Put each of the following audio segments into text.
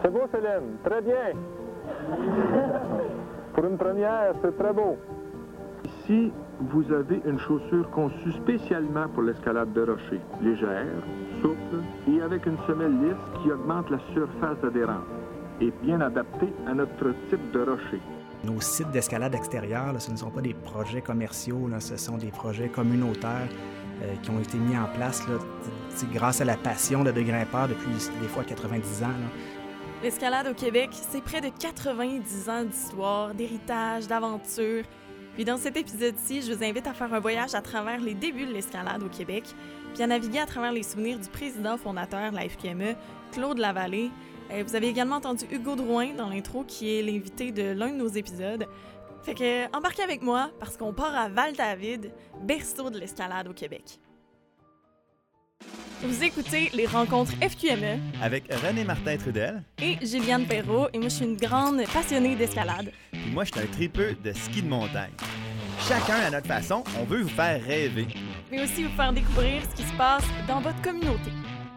C'est beau, Céline. Très bien. Pour une première, c'est très beau. Ici, vous avez une chaussure conçue spécialement pour l'escalade de rochers. Légère, souple et avec une semelle lisse qui augmente la surface d'adhérence et bien adaptée à notre type de rocher. Nos sites d'escalade extérieure, là, ce ne sont pas des projets commerciaux, là, ce sont des projets communautaires qui ont été mis en place là, grâce à la passion là, de grimpeurs depuis des fois 90 ans. Là. L'escalade au Québec, c'est près de 90 ans d'histoire, d'héritage, d'aventure. Puis dans cet épisode-ci, je vous invite à faire un voyage à travers les débuts de l'escalade au Québec, puis à naviguer à travers les souvenirs du président fondateur de la FQME, Claude Lavallée. Vous avez également entendu Hugo Drouin dans l'intro, qui est l'invité de l'un de nos épisodes. Fait que embarquez avec moi, parce qu'on part à Val-David, berceau de l'escalade au Québec. Vous écoutez les rencontres FQME avec René Martin Trudel et Juliane Perrault, et moi je suis une grande passionnée d'escalade. Puis moi je suis un tripeux de ski de montagne. Chacun à notre façon, on veut vous faire rêver. Mais aussi vous faire découvrir ce qui se passe dans votre communauté.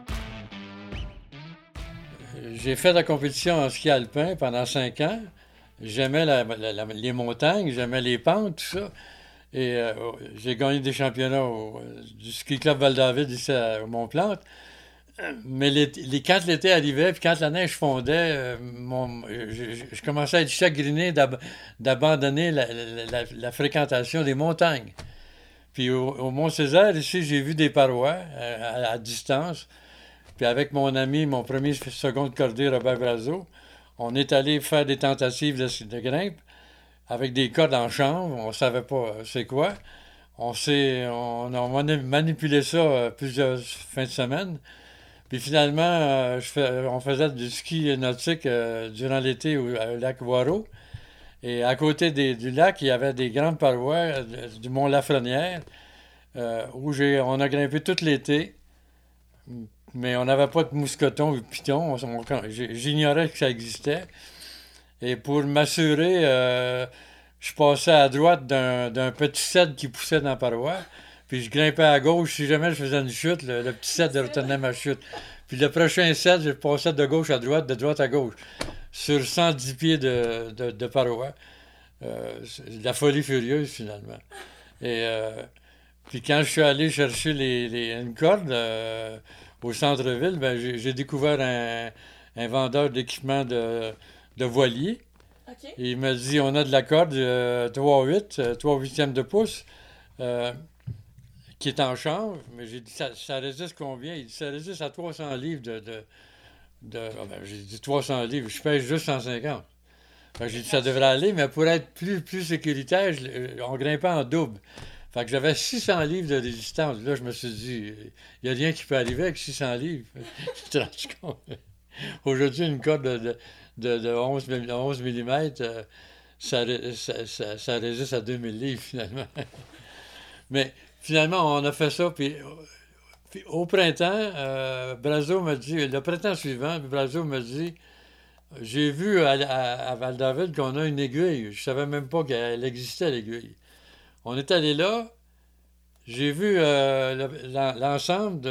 J'ai fait la compétition en ski alpin pendant 5 ans. J'aimais les montagnes, j'aimais les pentes, tout ça. Et j'ai gagné des championnats du ski club Val-David ici au Mont-Plante. Mais quand l'été arrivait, puis quand la neige fondait, je commençais à être chagriné d'abandonner la fréquentation des montagnes. Puis au Mont-Césaire, ici, j'ai vu des parois à distance. Puis avec mon ami, mon premier second de cordée, Robert Brazeau, on est allé faire des tentatives de grimpe avec des cordes en chanvre. On ne savait pas c'est quoi. On a manipulé ça plusieurs fins de semaine. Puis finalement, on faisait du ski nautique durant l'été au lac Voireau. Et à côté du lac, il y avait des grandes parois du mont Lafrenière où on a grimpé tout l'été. Mais on n'avait pas de mousqueton ou de piton. J'ignorais que ça existait. Et pour m'assurer, je passais à droite d'un petit cèdre qui poussait dans la paroi. Puis je grimpais à gauche. Si jamais je faisais une chute, le petit cèdre retenait ma chute. Puis le prochain cèdre, je passais de gauche à droite, de droite à gauche. Sur 110 pieds de paroi. C'est de la folie furieuse, finalement. Et puis quand je suis allé chercher une corde au centre-ville, ben, j'ai découvert un vendeur d'équipement de voilier. Okay. Il m'a dit, on a de la corde 3,8, 3/8 de pouce, qui est en chanvre. Mais j'ai dit, ça résiste combien? Il dit, ça résiste à 300 livres j'ai dit 300 livres, je pèse juste 150. J'ai dit, ça devrait aller, mais pour être plus sécuritaire, on grimpait en double. Fait que j'avais 600 livres de résistance. Là, je me suis dit, il n'y a rien qui peut arriver avec 600 livres. Tu te rends compte? Aujourd'hui, une corde de 11 mm, ça résiste à 2000 livres, finalement. Mais finalement, on a fait ça. Puis au printemps, Brazeau m'a dit, le printemps suivant, Brazeau m'a dit, j'ai vu à Val-David qu'on a une aiguille. Je ne savais même pas qu'elle existait, l'aiguille. On est allé là, j'ai vu l'ensemble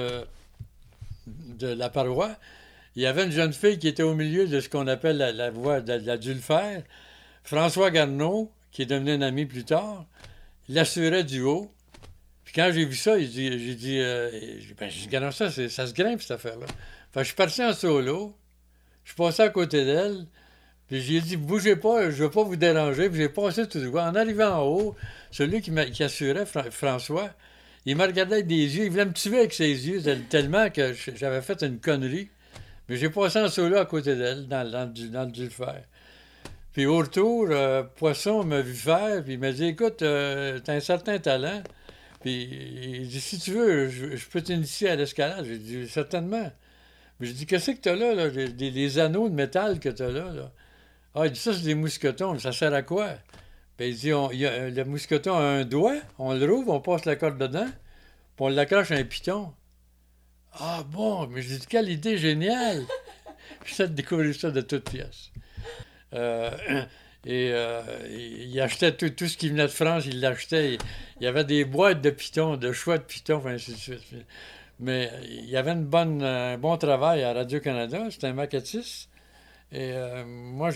de la paroi. Il y avait une jeune fille qui était au milieu de ce qu'on appelle la voie de la Dulfer. François Garneau, qui est devenu un ami plus tard, l'assurait du haut. Puis quand j'ai vu ça, j'ai dit, regarde ça, ça se grimpe cette affaire-là. Fait que je suis parti en solo, je suis passé à côté d'elle, puis j'ai dit, bougez pas, je ne veux pas vous déranger. Puis j'ai passé tout droit. En arrivant en haut, celui qui assurait, François, il m'a regardé avec des yeux. Il voulait me tuer avec ses yeux tellement que j'avais fait une connerie. Mais j'ai passé en solo à côté d'elle, dans le Dulfer. Puis au retour, Poisson m'a vu faire, puis il m'a dit, écoute, t'as un certain talent. Puis il dit, si tu veux, je peux t'initier à l'escalade. J'ai dit, certainement. Mais j'ai dit, qu'est-ce que t'as là? Les anneaux de métal que t'as là? Ah, il dit, ça, c'est des mousquetons. Ça sert à quoi? Puis il dit, le mousqueton a un doigt, on le rouvre, on passe la corde dedans, puis on l'accroche à un piton. Ah bon, mais j'ai dit, quelle idée géniale! J'essaie de découvrir ça de toutes pièces. Il achetait tout ce qui venait de France, il l'achetait. Il y avait des boîtes de pitons, de choix de pitons, ainsi de suite. Mais il y avait un bon travail à Radio-Canada, c'était un maquettiste. Et moi,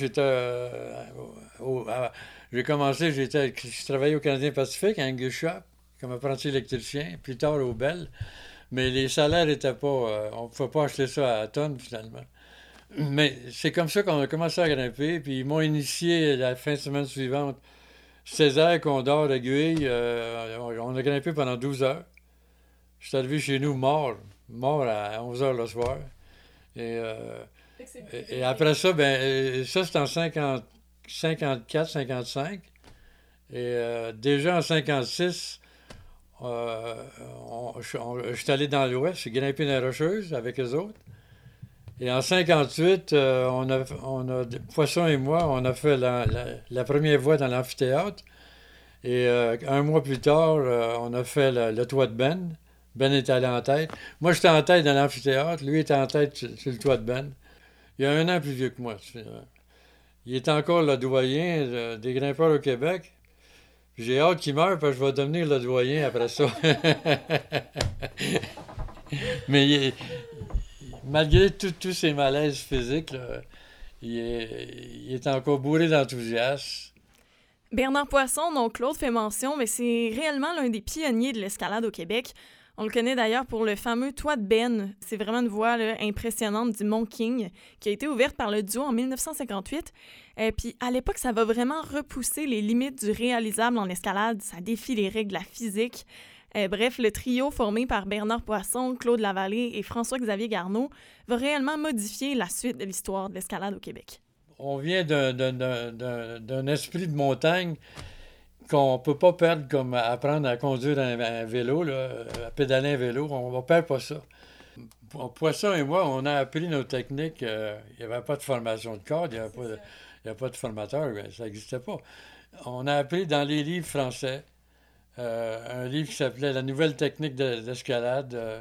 je travaillais au Canadien Pacifique, à Angus Shop, comme apprenti électricien, plus tard au Bell. Mais les salaires n'étaient pas... on ne pouvait pas acheter ça à tonnes, finalement. Mais c'est comme ça qu'on a commencé à grimper. Puis ils m'ont initié la fin de semaine suivante. Césaire, Condor, Aiguille. On a grimpé pendant 12 heures. Je suis arrivé chez nous mort à 11 heures le soir. Et après ça, ça c'était en 54, 55. Et déjà en 56, je suis allé dans l'Ouest, j'ai grimpé dans les Rocheuses avec eux autres. Et en 58, Poisson et moi, on a fait la première voie dans l'amphithéâtre. Et un mois plus tard, on a fait le toit de Ben. Ben est allé en tête. Moi, j'étais en tête dans l'amphithéâtre. Lui était en tête sur le toit de Ben. Il y a 1 an plus vieux que moi. Il est encore le doyen des grimpeurs au Québec. J'ai hâte qu'il meure parce que je vais devenir le doyen après ça. Mais malgré tous ses malaises physiques, là, il est encore bourré d'enthousiasme. Bernard Poisson, dont Claude fait mention, mais c'est réellement l'un des pionniers de l'escalade au Québec. On le connaît d'ailleurs pour le fameux toit de Ben. C'est vraiment une voie là, impressionnante du Mont King qui a été ouverte par le duo en 1958. Puis à l'époque, ça va vraiment repousser les limites du réalisable en escalade. Ça défie les règles de la physique. Bref, le trio formé par Bernard Poisson, Claude Lavallée et François-Xavier Garneau va réellement modifier la suite de l'histoire de l'escalade au Québec. On vient d'un esprit de montagne qu'on ne peut pas perdre, comme apprendre à conduire un vélo, là, à pédaler un vélo. On ne perd pas ça. Poisson et moi, on a appris nos techniques. Il n'y avait pas de formation de corde, il n'y avait pas de formateur, ça n'existait pas. On a appris dans les livres français un livre qui s'appelait « La nouvelle technique d'escalade »,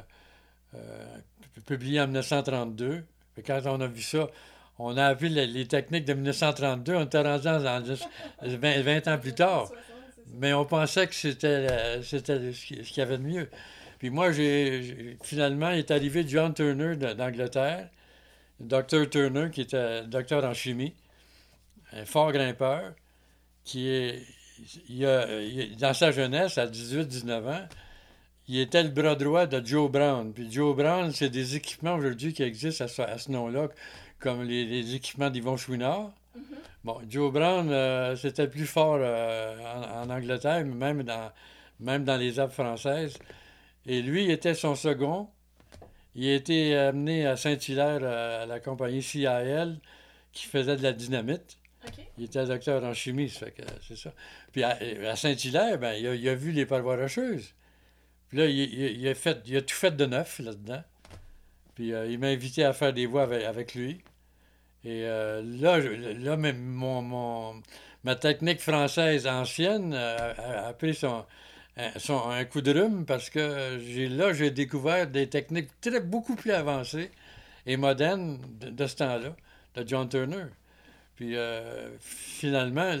publié en 1932. Et quand on a vu ça, on a appris les techniques de 1932. On était rendu dans 20 ans plus tard. Mais on pensait que c'était ce qu'il y avait de mieux. Puis moi, finalement, il est arrivé John Turner d'Angleterre, Dr. Turner, qui était docteur en chimie, un fort grimpeur, dans sa jeunesse, à 18-19 ans, il était le bras droit de Joe Brown. Puis Joe Brown, c'est des équipements aujourd'hui qui existent à ce nom-là, comme les équipements d'Yvon Chouinard. Mm-hmm. Bon, Joe Brown, c'était plus fort en Angleterre, même dans les Alpes françaises. Et lui, il était son second. Il a été amené à Saint-Hilaire à la compagnie CIL qui faisait de la dynamite. Okay. Il était docteur en chimie, ça fait que c'est ça. Puis à Saint-Hilaire, il a vu les parois rocheuses. Puis là, il a tout fait de neuf là-dedans. Puis il m'a invité à faire des voies avec lui. Et là ma technique française ancienne a pris un coup de rhume parce que j'ai découvert des techniques beaucoup plus avancées et modernes de ce temps-là, de John Turner. Puis finalement,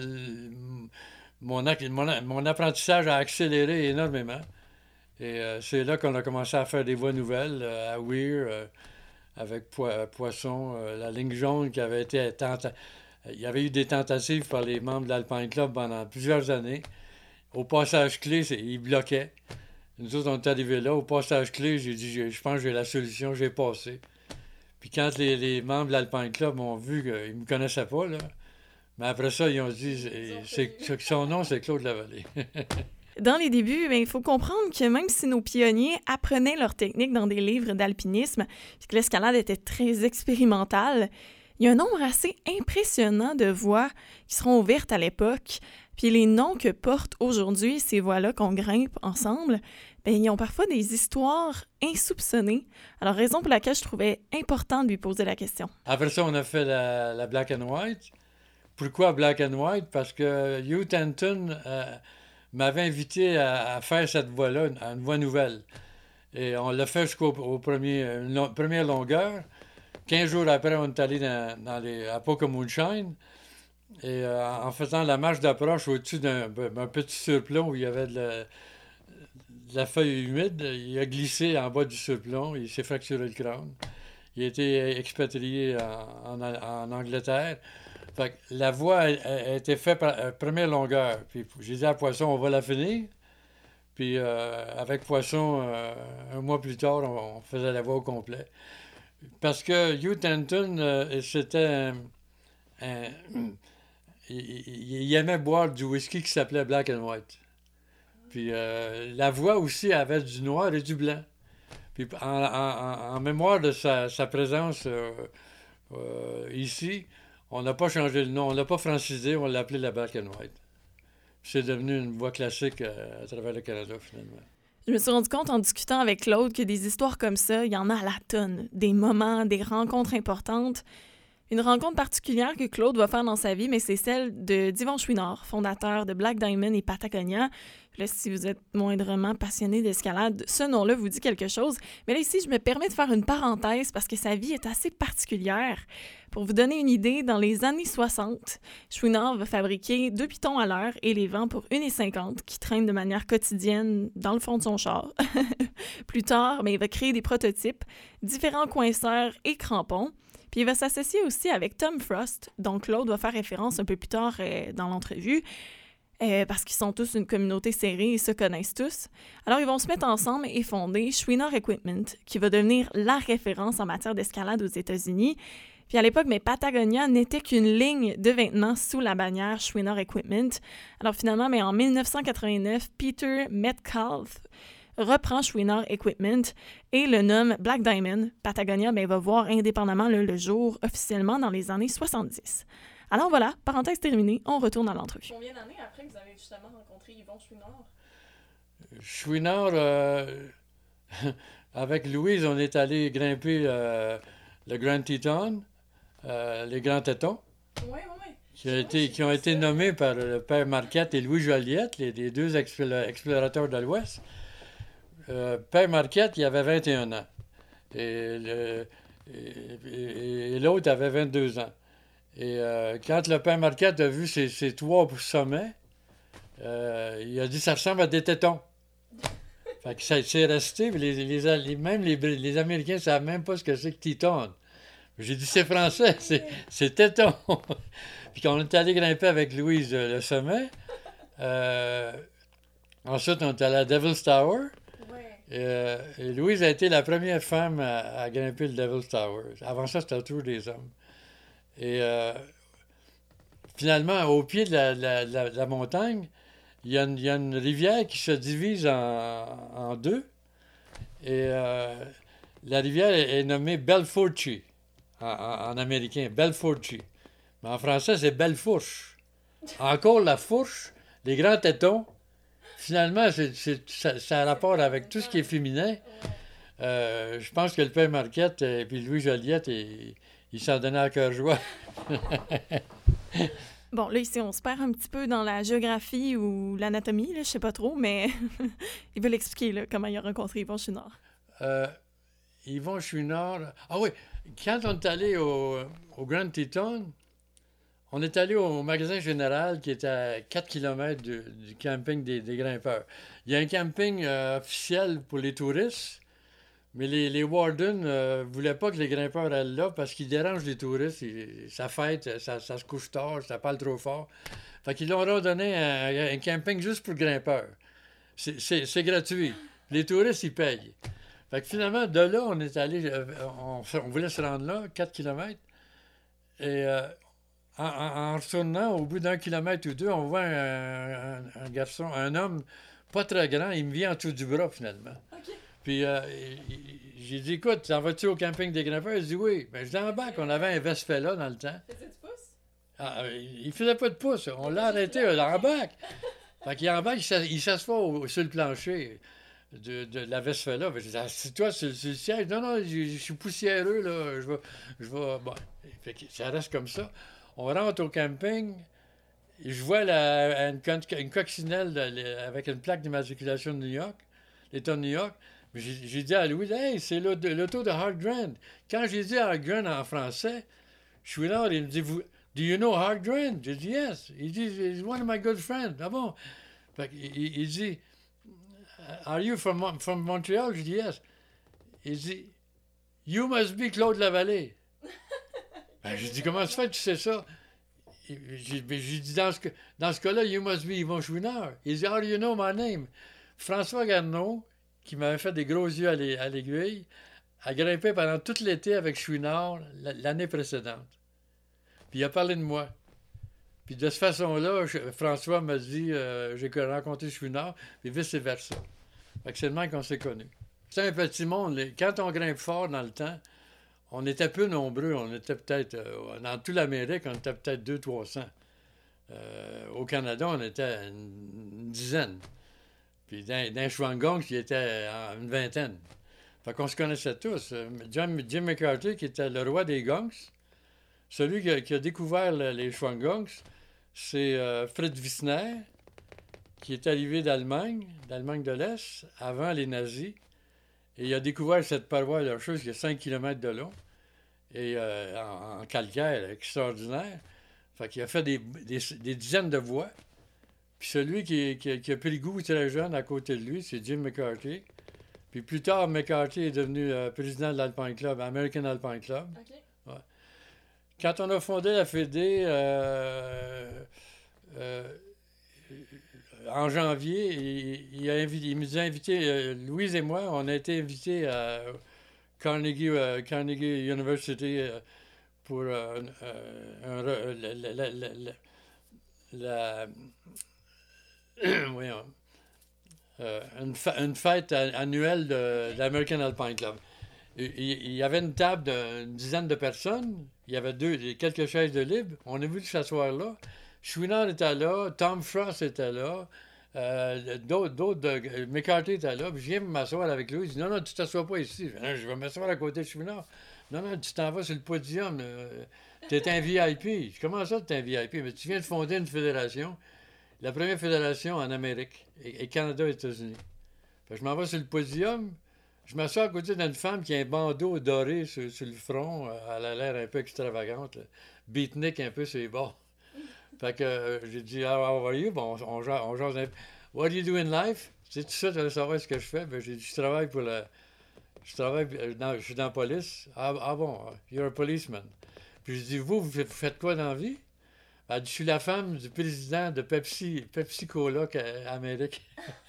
mon apprentissage a accéléré énormément. Et c'est là qu'on a commencé à faire des voies nouvelles à Weir, avec Poisson, la ligne jaune qui avait été il y avait eu des tentatives par les membres de l'Alpine Club pendant plusieurs années. Au passage clé, ils bloquaient. Nous autres, on est arrivés là. Au passage clé, j'ai dit, je pense que j'ai la solution, j'ai passé. Puis quand les membres de l'Alpine Club ont vu qu'ils ne me connaissaient pas, là, mais après ça, ils ont dit, son nom, c'est Claude Lavallée. Dans les débuts, il faut comprendre que même si nos pionniers apprenaient leur technique dans des livres d'alpinisme, puis que l'escalade était très expérimentale, il y a un nombre assez impressionnant de voies qui seront ouvertes à l'époque. Puis les noms que portent aujourd'hui ces voies-là qu'on grimpe ensemble, ils ont parfois des histoires insoupçonnées. Alors, raison pour laquelle je trouvais important de lui poser la question. Après ça, on a fait la Black and White. Pourquoi Black and White? Parce que Hugh Tanton m'avait invité à faire cette voie-là, une voie nouvelle. Et on l'a fait jusqu'au première longueur. 15 jours après, on est allé à Poca Moonshine. Et en faisant la marche d'approche au-dessus d'un petit surplomb où il y avait de la feuille humide, il a glissé en bas du surplomb, il s'est fracturé le crâne. il a été expatrié en Angleterre. Fait que la voix a été faite par première longueur. Puis j'ai dit à Poisson, on va la finir. Puis avec Poisson, un mois plus tard, on faisait la voix au complet. Parce que Hugh Tanton, c'était il aimait boire du whisky qui s'appelait Black and White. Puis la voix aussi avait du noir et du blanc. Puis en mémoire de sa présence ici, on n'a pas changé le nom, on l'a pas francisé, on l'a appelé la Black and White. Puis c'est devenu une voix classique à travers le Canada, finalement. Je me suis rendu compte en discutant avec Claude que des histoires comme ça, il y en a à la tonne. Des moments, des rencontres importantes. Une rencontre particulière que Claude va faire dans sa vie, mais c'est celle d'Yvon Chouinard, fondateur de Black Diamond et Patagonia. Là, si vous êtes moindrement passionné d'escalade, ce nom-là vous dit quelque chose. Mais là, ici, je me permets de faire une parenthèse parce que sa vie est assez particulière. Pour vous donner une idée, dans les années 60, Chouinard va fabriquer 2 pitons à l'heure et les vend pour 1,50 qui traînent de manière quotidienne dans le fond de son char. Plus tard, il va créer des prototypes, différents coinceurs et crampons. Puis il va s'associer aussi avec Tom Frost, dont Claude va faire référence un peu plus tard dans l'entrevue, parce qu'ils sont tous une communauté serrée et se connaissent tous. Alors ils vont se mettre ensemble et fonder Chouinard Equipment, qui va devenir la référence en matière d'escalade aux États-Unis. Puis à l'époque, Patagonia n'était qu'une ligne de vêtements sous la bannière Chouinard Equipment. Alors finalement, en 1989, Peter Metcalf reprend Chouinard Equipment et le nomme Black Diamond. Patagonia va voir indépendamment le jour officiellement dans les années 70. Alors voilà, parenthèse terminée, on retourne à l'entrevue. Combien d'années après que vous avez justement rencontré Yvon Chouinard? Chouinard, avec Louise, on est allé grimper le Grand Teton, les Grands Tétons. Oui. Qui ont été nommés par le père Marquette et Louis Joliette, les deux explorateurs de l'Ouest. Père Marquette, il avait 21 ans. Et l'autre avait 22 ans. Et quand le père Marquette a vu ces 3 sommets, il a dit « ça ressemble à des tétons ». Fait que ça c'est resté. Même les Américains ne savent même pas ce que c'est que Teton. J'ai dit « c'est français, c'est téton ». Puis quand on est allé grimper avec Louise le sommet, ensuite on est allé à Devil's Tower. Et Louise a été la première femme à grimper le Devil's Tower. Avant ça, c'était toujours des hommes. Et finalement, au pied de la montagne, il y a une rivière qui se divise en deux. Et la rivière est nommée Belforchi en américain, Belforchi. Mais en français, c'est Belle-Fourche. Encore la fourche, les grands tétons. Finalement, ça a rapport avec tout ce qui est féminin. Je pense que le père Marquette et puis Louis Joliette, ils s'en donnaient à cœur joie. Bon, là, ici, on se perd un petit peu dans la géographie ou l'anatomie, je sais pas trop, mais il veut l'expliquer, comment il a rencontré Yvon Chouinard. Yvon Chouinard... Ah oui, quand on est allé au Grand Teton, on est allé au magasin général qui est à 4 km du camping des grimpeurs. Il y a un camping officiel pour les touristes, mais les wardens ne voulaient pas que les grimpeurs aillent là parce qu'ils dérangent les touristes. Ça fête, ça se couche tard, ça parle trop fort. Fait qu'ils leur ont donné un camping juste pour grimpeurs. C'est gratuit. Les touristes, ils payent. Fait que finalement, de là, on est allé... on voulait se rendre là, 4 km. Et... En retournant, au bout d'1 kilomètre ou 2, on voit un garçon, un homme pas très grand, il me vient en dessous du bras, finalement. Okay. Puis j'ai dit, écoute, t'en vas-tu au camping des grimpeurs? Il dit oui. Ben, je dis en bac, on avait un Vespella dans le temps. Faisais du pouce? Il faisait pas de pouce, on l'a arrêté en bac. Fait qu'il est en bac, il s'assoit sur le plancher de la Vespella. Ben, je dis, assis-toi sur le siège. Non, je suis poussiéreux, là, je vais... Bon, fait que ça reste comme ça. On rentre au camping, et je vois une coccinelle avec une plaque d'immatriculation de New York, l'État de New York. J'ai dit à Louis, « Hey, c'est l'auto de Hart Grant. » Quand j'ai dit Hart Grant en français, Chouinard, il me dit, « Do you know Hart Grant? » J'ai dit, « Yes. » Il dit, « He's one of my good friends. » Ah bon? Fait il dit, « Are you from Montreal? » J'ai dit, « Yes. » Il dit, You must be Claude Lavallée. Ben, j'ai dit, comment ça fait que tu sais ça? J'ai dit, dans ce cas-là, you must be Yvon Chouinard. Il dit, how do you know my name? François Garneau, qui m'avait fait des gros yeux à l'aiguille, a grimpé pendant tout l'été avec Chouinard l'année précédente. Puis il a parlé de moi. Puis de cette façon-là, François m'a dit, j'ai rencontré Chouinard, puis vice-versa. Fait que c'est le même qu'on s'est connus. C'est un petit monde. Quand on grimpe fort dans le temps, on était peu nombreux. On était peut-être, dans toute l'Amérique, on était peut-être 200-300. Au Canada, on était une dizaine. Puis dans Schwangong, il était une vingtaine. Fait qu'on se connaissait tous. Jim McCarthy, qui était le roi des gongs, celui qui a découvert les Schwangongs, c'est Fritz Wissner, qui est arrivé d'Allemagne de l'Est, avant les nazis. Et il a découvert cette paroi de chose qui est 5 km de long, et en calcaire, extraordinaire. Fait qu'il a fait des dizaines de voies. Puis celui qui a pris le goût très jeune à côté de lui, c'est Jim McCarthy. Puis plus tard, McCarthy est devenu président de l'Alpine Club, American Alpine Club. OK. Ouais. Quand on a fondé la Fédé, en janvier, il nous a invités, Louise et moi, on a été invités à Carnegie University pour voyons, une fête annuelle de l'American Alpine Club. Il y avait une table d'une dizaine de personnes, il y avait quelques chaises de libre, on a voulu s'asseoir là. Chouinard était là, Tom Frost était là, d'autres, McCarthy était là, puis je viens m'asseoir avec lui, il dit « Non, non, tu t'assois pas ici. » Je vais m'asseoir à côté de Chouinard. « Non, non, tu t'en vas sur le podium, tu es un VIP. » Comment ça, tu es un VIP? Mais tu viens de fonder une fédération, la première fédération en Amérique, et Canada et États-Unis. Je m'en vais sur le podium, je m'assois à côté d'une femme qui a un bandeau doré sur le front, elle a l'air un peu extravagante, là. Beatnik un peu sur les bords. Fait que j'ai dit, how are you? Bon, on jase un peu. What do you do in life? C'est tout ça, tu veux savoir ce que je fais? Ben, j'ai dit, je travaille pour je suis dans la police. Ah bon, you're a policeman. Puis je dis, vous faites quoi dans la vie? Elle dit, je suis la femme du président de Pepsi Cola Amérique.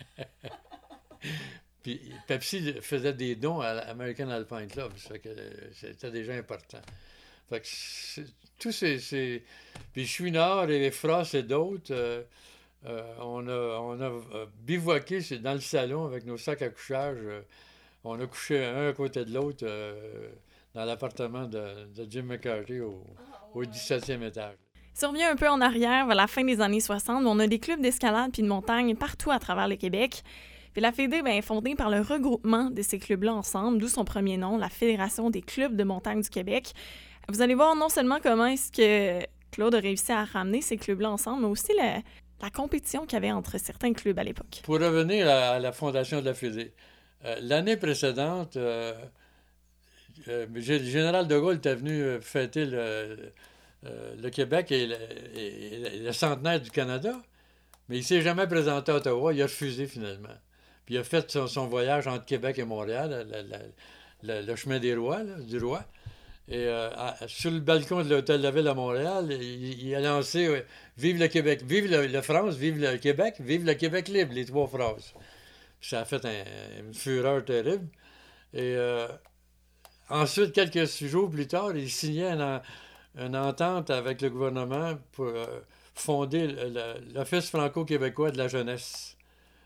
Puis Pepsi faisait des dons à l'American Alpine Club. Ça fait que c'était déjà important. Fait que tous ces... Puis Chouinard et Frost et d'autres, on a bivouaqué dans le salon avec nos sacs à couchage. On a couché un à côté de l'autre dans l'appartement de Jim McCarthy au 17e étage. Si on revient un peu en arrière, vers la fin des années 60, on a des clubs d'escalade puis de montagne partout à travers le Québec. Puis la Fédé est fondée par le regroupement de ces clubs-là ensemble, d'où son premier nom, la Fédération des clubs de montagne du Québec. Vous allez voir non seulement comment est-ce que Claude a réussi à ramener ces clubs-là ensemble, mais aussi la compétition qu'il y avait entre certains clubs à l'époque. Pour revenir à la fondation de la Fédé, l'année précédente, le général de Gaulle était venu fêter le Québec et le centenaire du Canada, mais il ne s'est jamais présenté à Ottawa, il a refusé finalement. Puis il a fait son voyage entre Québec et Montréal, le chemin des rois, du roi. Et sur le balcon de l'Hôtel de la Ville à Montréal, il a lancé Vive le Québec, vive la France, vive le Québec libre, les trois phrases. Puis ça a fait une fureur terrible. Et ensuite, quelques jours plus tard, il signait une entente avec le gouvernement pour fonder l'Office franco-québécois de la jeunesse.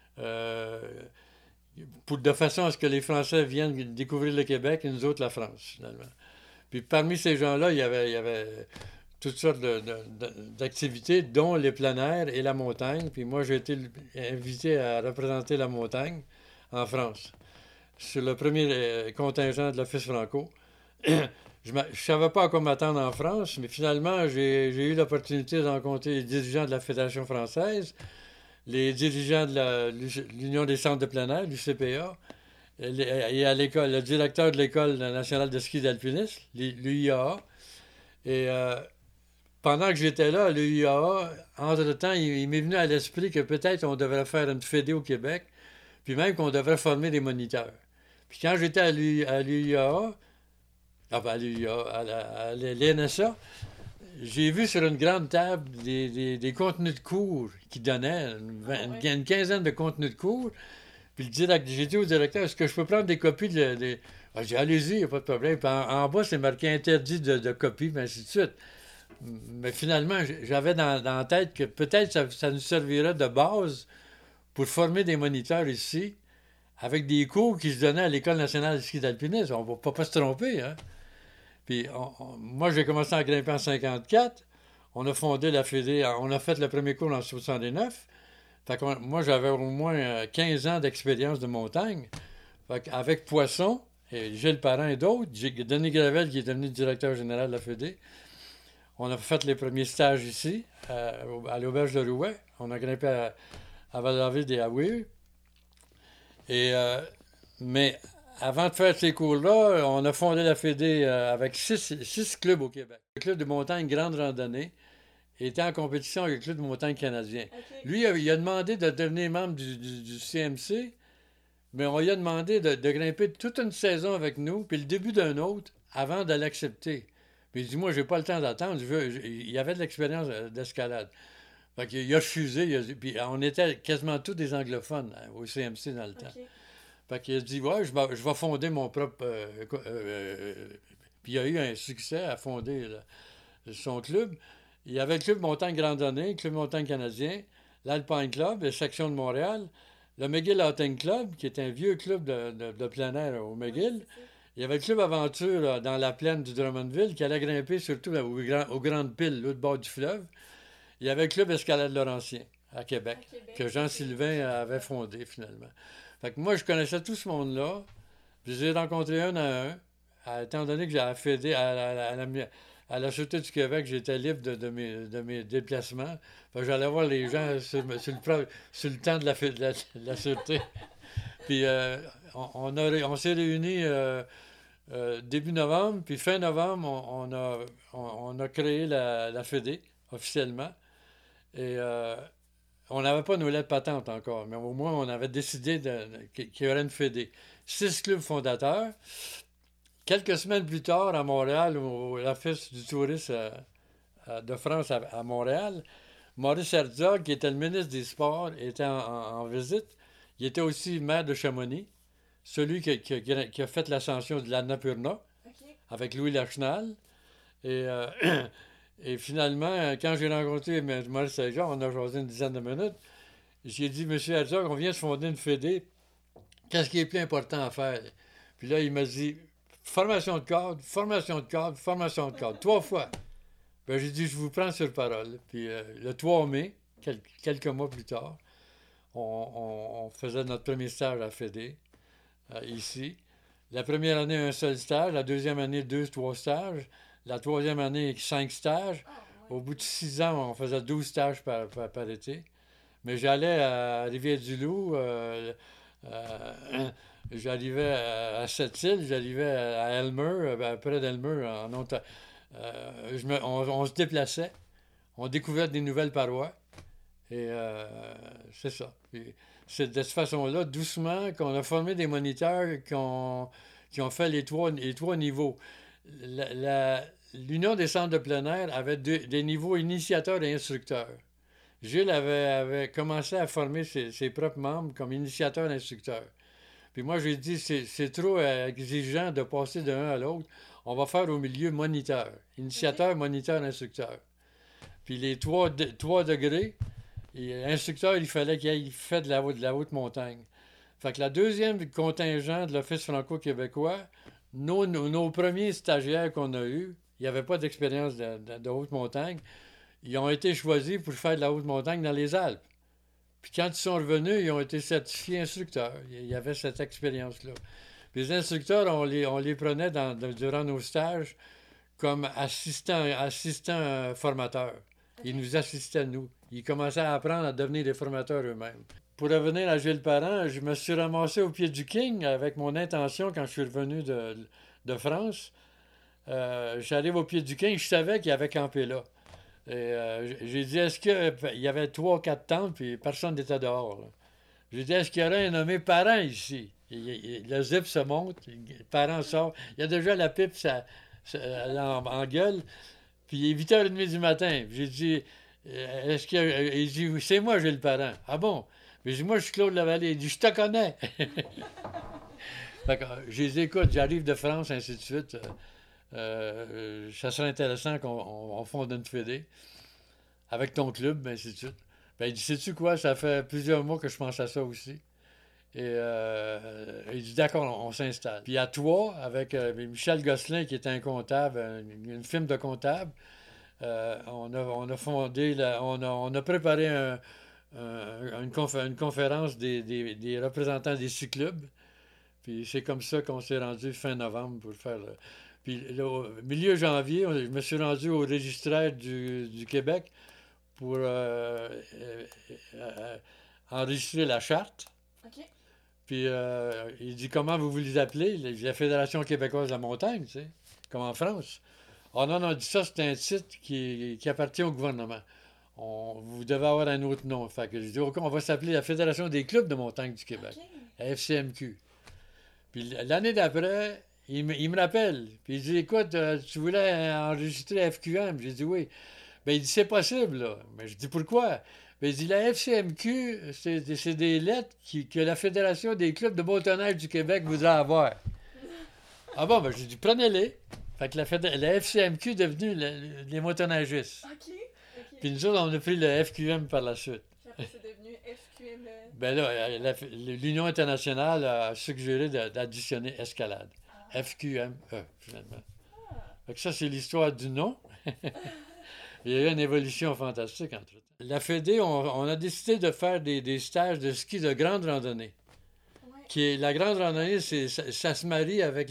De façon à ce que les Français viennent découvrir le Québec et nous autres la France, finalement. Puis parmi ces gens-là, il y avait toutes sortes d'activités, dont les plein air et la montagne. Puis moi, j'ai été invité à représenter la montagne en France, sur le premier contingent de l'Office franco. Je ne savais pas à quoi m'attendre en France, mais finalement, j'ai eu l'opportunité de rencontrer les dirigeants de la Fédération française, les dirigeants de l'Union des centres de plein air, du CPA, et à l'école, le directeur de l'École nationale de ski d'alpinisme, l'UIAA. Et pendant que j'étais là, à l'UIAA, entre-temps, il m'est venu à l'esprit que peut-être on devrait faire une fédé au Québec, puis même qu'on devrait former des moniteurs. Puis quand j'étais à l'UIAA, Ah ben, à l'NSA, j'ai vu sur une grande table des contenus de cours qui donnaient une quinzaine de contenus de cours. Puis j'ai dit au directeur, est-ce que je peux prendre des copies Ah, j'ai dit, allez-y, il n'y a pas de problème. Puis en bas, c'est marqué interdit de copie, puis ainsi de suite. Mais finalement, j'avais dans la tête que peut-être ça nous servirait de base pour former des moniteurs ici, avec des cours qui se donnaient à l'École nationale de ski d'alpinisme. On ne va pas se tromper, hein? Puis moi, j'ai commencé à grimper en 54. On a fondé la Fédé, on a fait le premier cours en 69. Fait que moi, j'avais au moins 15 ans d'expérience de montagne. Fait qu'avec Poisson, et Gilles Parent et d'autres, Denis Gravel, qui est devenu directeur général de la Fédé, on a fait les premiers stages ici, à l'Auberge de Rouet. On a grimpé à Val-David et à Weir. Mais avant de faire ces cours-là, on a fondé la Fédé avec six clubs au Québec. Le club de montagne Grande Randonnée était en compétition avec le club de montagne canadien. Okay. Lui, il a demandé de devenir membre du CMC, mais on lui a demandé de grimper toute une saison avec nous, puis le début d'un autre, avant de l'accepter. Puis il dit, moi, j'ai pas le temps d'attendre. Il y avait de l'expérience d'escalade. Fait qu'il a refusé. Puis on était quasiment tous des anglophones au CMC dans le temps. Fait qu'il a dit, ouais, je vais fonder mon propre... puis il a eu un succès à fonder son club. Il y avait le Club Montagne Grandonnée, le Club Montagne Canadien, l'Alpine Club, la section de Montréal, le McGill Outing Club, qui est un vieux club de plein air au McGill. Il y avait le Club Aventure dans la plaine du Drummondville, qui allait grimper surtout aux Grandes Piles, l'autre bord du fleuve. Il y avait le Club Escalade Laurentien, à Québec, que Jean-Sylvain avait fondé, finalement. Fait que moi, je connaissais tout ce monde-là. Je les ai rencontrés un à un, étant donné que j'ai affédé à la Sûreté du Québec, j'étais libre de mes déplacements. Fait que j'allais voir les gens sur le temps de la Sûreté. Puis on s'est réunis début novembre, puis fin novembre, on a créé la Fédé officiellement. Et on n'avait pas nos lettres patentes encore, mais au moins on avait décidé qu'il y aurait une Fédé. 6 clubs fondateurs. Quelques semaines plus tard, à Montréal, au l'Office du tourisme de France à Montréal, Maurice Herzog, qui était le ministre des Sports, était en visite. Il était aussi maire de Chamonix, celui qui a fait l'ascension de l'Annapurna, avec Louis Lachenal. Et finalement, quand j'ai rencontré Maurice Herzog, on a jasé une dizaine de minutes, j'ai dit, Monsieur Herzog, on vient de fonder une Fédé, qu'est-ce qui est plus important à faire? Puis là, il m'a dit, formation de cadre, formation de cadre, formation de cadre, 3 fois. Ben, j'ai dit, je vous prends sur parole. Puis le 3 mai, quelques mois plus tard, on faisait notre premier stage à Fédé, ici. La première année, un seul stage. La deuxième année, 2-3 stages. La troisième année, 5 stages. Au bout de 6 ans, on faisait 12 stages par été. Mais j'allais à Rivière-du-Loup, j'arrivais à Sept-Îles, j'arrivais à Elmer, près d'Elmer, en Ontario. On se déplaçait, on découvrait des nouvelles parois, et c'est ça. Puis, c'est de cette façon-là, doucement, qu'on a formé des moniteurs qui ont fait les trois niveaux. L'Union des centres de plein air avait des niveaux initiateurs et instructeurs. Gilles avait commencé à former ses propres membres comme initiateurs et instructeurs. Puis moi, j'ai dit, c'est trop exigeant de passer d'un à l'autre. On va faire au milieu moniteur. Initiateur, moniteur, instructeur. Puis les 3 degrés, et instructeur, il fallait qu'il ait fait de la haute montagne. Fait que la deuxième contingent de l'Office franco-québécois, nos premiers stagiaires qu'on a eus, il n'y avait pas d'expérience de haute montagne, ils ont été choisis pour faire de la haute montagne dans les Alpes. Puis quand ils sont revenus, ils ont été certifiés instructeurs. Il y avait cette expérience-là. Puis les instructeurs, on les prenait durant nos stages comme assistants formateurs. Ils nous assistaient, nous. Ils commençaient à apprendre à devenir des formateurs eux-mêmes. Pour revenir à Gilles Parent, je me suis ramassé au pied du King avec mon intention quand je suis revenu de France. J'arrive au pied du King, je savais qu'il avait campé là. Et j'ai dit, est-ce qu'il y avait 3 ou 4 tentes, puis personne n'était dehors. Là. J'ai dit, est-ce qu'il y aurait un nommé Parent ici? Le zip se monte, les parents sortent. Il y a déjà la pipe en gueule. Puis il est 8h30 du matin. Puis j'ai dit, est-ce qu'il y a... Il dit, c'est moi, j'ai le parent. Ah bon? Mais je dis, moi, je suis Claude Lavallée. Il dit, je te connais. Fait que, je les écoute, j'arrive de France, ainsi de suite. Ça serait intéressant qu'on fonde une fédé avec ton club, ainsi de suite. Ben, il dit, sais-tu quoi, ça fait plusieurs mois que je pense à ça aussi. Et il dit, d'accord, on s'installe. Puis à toi, avec Michel Gosselin, qui est un comptable, une firme de comptable, on a fondé, on a préparé une conférence des représentants des 6 clubs. Puis c'est comme ça qu'on s'est rendu fin novembre pour faire... Puis là, au milieu janvier, je me suis rendu au registraire du Québec pour enregistrer la charte. OK. Puis il dit, comment vous les appelez? La Fédération québécoise de la montagne, tu sais, comme en France. Ah non, on dit ça, c'est un titre qui appartient au gouvernement. Vous devez avoir un autre nom. Fait que je dis, OK, on va s'appeler la Fédération des clubs de montagne du Québec, la FCMQ. Puis l'année d'après, il me rappelle. Puis il dit, écoute, tu voulais enregistrer FQM? J'ai dit oui. Ben il dit, c'est possible, là. Mais je dis, pourquoi? Ben il dit, la FCMQ, c'est des lettres que la Fédération des clubs de motoneige du Québec voudrait avoir. Ah bon, ben j'ai dit, prenez-les. Fait que la FCMQ est devenue les motoneigistes. OK. Puis nous autres, on a pris le FQM par la suite. Puis après, c'est devenu FQM. Ben là, l'Union internationale a suggéré d'additionner escalade. FQME, finalement. Fait que ça, c'est l'histoire du nom. Il y a eu une évolution fantastique entre eux. La Fédé, on a décidé de faire des stages de ski de grande randonnée. Ouais. La grande randonnée, ça se marie avec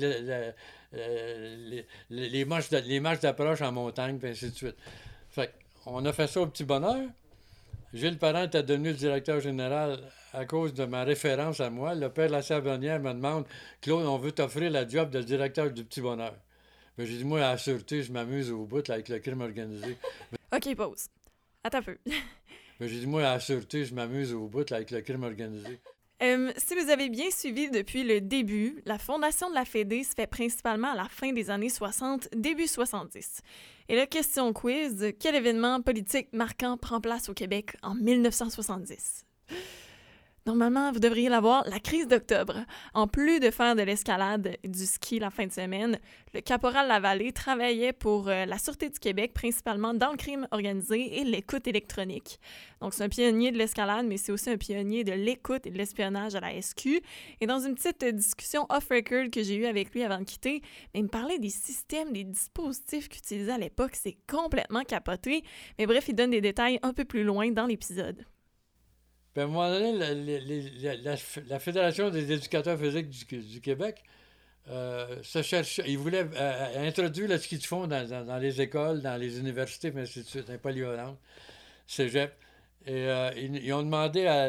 les marches d'approche en montagne, puis ainsi de suite. Fait qu'on a fait ça au Petit Bonheur. Gilles Parent était devenu le directeur général à cause de ma référence à moi. Le père de la Savonnière me demande, Claude, on veut t'offrir la job de directeur du Petit Bonheur. Mais j'ai dit, moi, à la sûreté, je m'amuse au bout là, avec le crime organisé. OK, pause. Attends un peu. Mais j'ai dit, moi, à la sûreté, je m'amuse au bout là, avec le crime organisé. Si vous avez bien suivi depuis le début, la fondation de la Fédé se fait principalement à la fin des années 60, début 70. Et la question quiz, quel événement politique marquant prend place au Québec en 1970? Normalement, vous devriez l'avoir, la crise d'octobre. En plus de faire de l'escalade et du ski la fin de semaine, le caporal Lavallée travaillait pour la Sûreté du Québec, principalement dans le crime organisé et l'écoute électronique. Donc, c'est un pionnier de l'escalade, mais c'est aussi un pionnier de l'écoute et de l'espionnage à la SQ. Et dans une petite discussion off-record que j'ai eue avec lui avant de quitter, il me parlait des systèmes, des dispositifs qu'il utilisait à l'époque. C'est complètement capoté. Mais bref, il donne des détails un peu plus loin dans l'épisode. Puis à un moment donné, la Fédération des éducateurs physiques du Québec se cherchait. Ils voulaient introduire le ski de fond dans les écoles, dans les universités, mais ainsi de suite, dans les polyvalentes, cégep. Et ils ont demandé à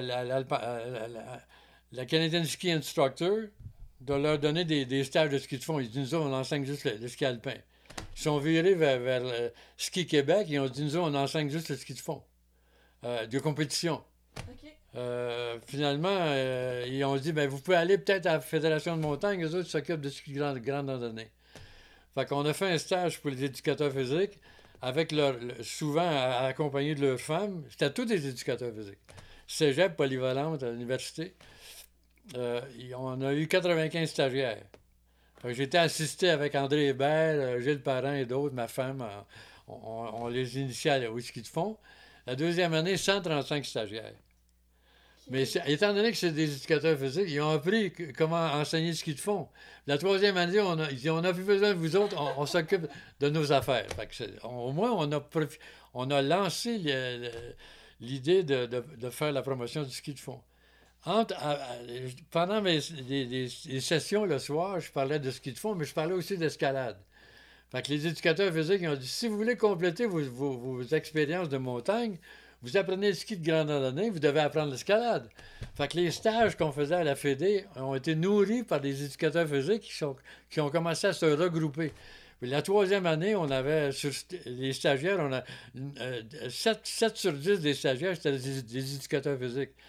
la Canadian Ski Instructor de leur donner des stages de ski de fond. Ils disent, nous autres, on enseigne juste le ski alpin. Ils sont virés vers le Ski Québec, ils ont dit, nous autres, on enseigne juste le ski de fond, de compétition. OK. Finalement, ils ont dit, ben vous pouvez aller peut-être à la Fédération de montagne, eux autres s'occupent de ski de grande randonnée. Fait qu'on a fait un stage pour les éducateurs physiques, avec souvent accompagnés de leurs femmes. C'était tous des éducateurs physiques. Cégep, polyvalente à l'université. On a eu 95 stagiaires. Fait que j'étais assisté avec André Hébert, Gilles Parent et d'autres, ma femme. On les initiait au ski de fond. La deuxième année, 135 stagiaires. Mais étant donné que c'est des éducateurs physiques, ils ont appris comment enseigner le ski de fond. La troisième année, ils disent, on n'a plus besoin de vous autres, on s'occupe de nos affaires. Fait que au moins, on a lancé l'idée de faire la promotion du ski de fond. Pendant les sessions le soir, je parlais de ski de fond, mais je parlais aussi d'escalade. Fait que les éducateurs physiques ils ont dit, si vous voulez compléter vos expériences de montagne, vous apprenez le ski de grande randonnée, vous devez apprendre l'escalade. Fait que les stages qu'on faisait à la Fédé ont été nourris par des éducateurs physiques qui ont commencé à se regrouper. Puis la troisième année, on avait, sur les stagiaires, on a 7 sur 10 des stagiaires, c'était des éducateurs physiques.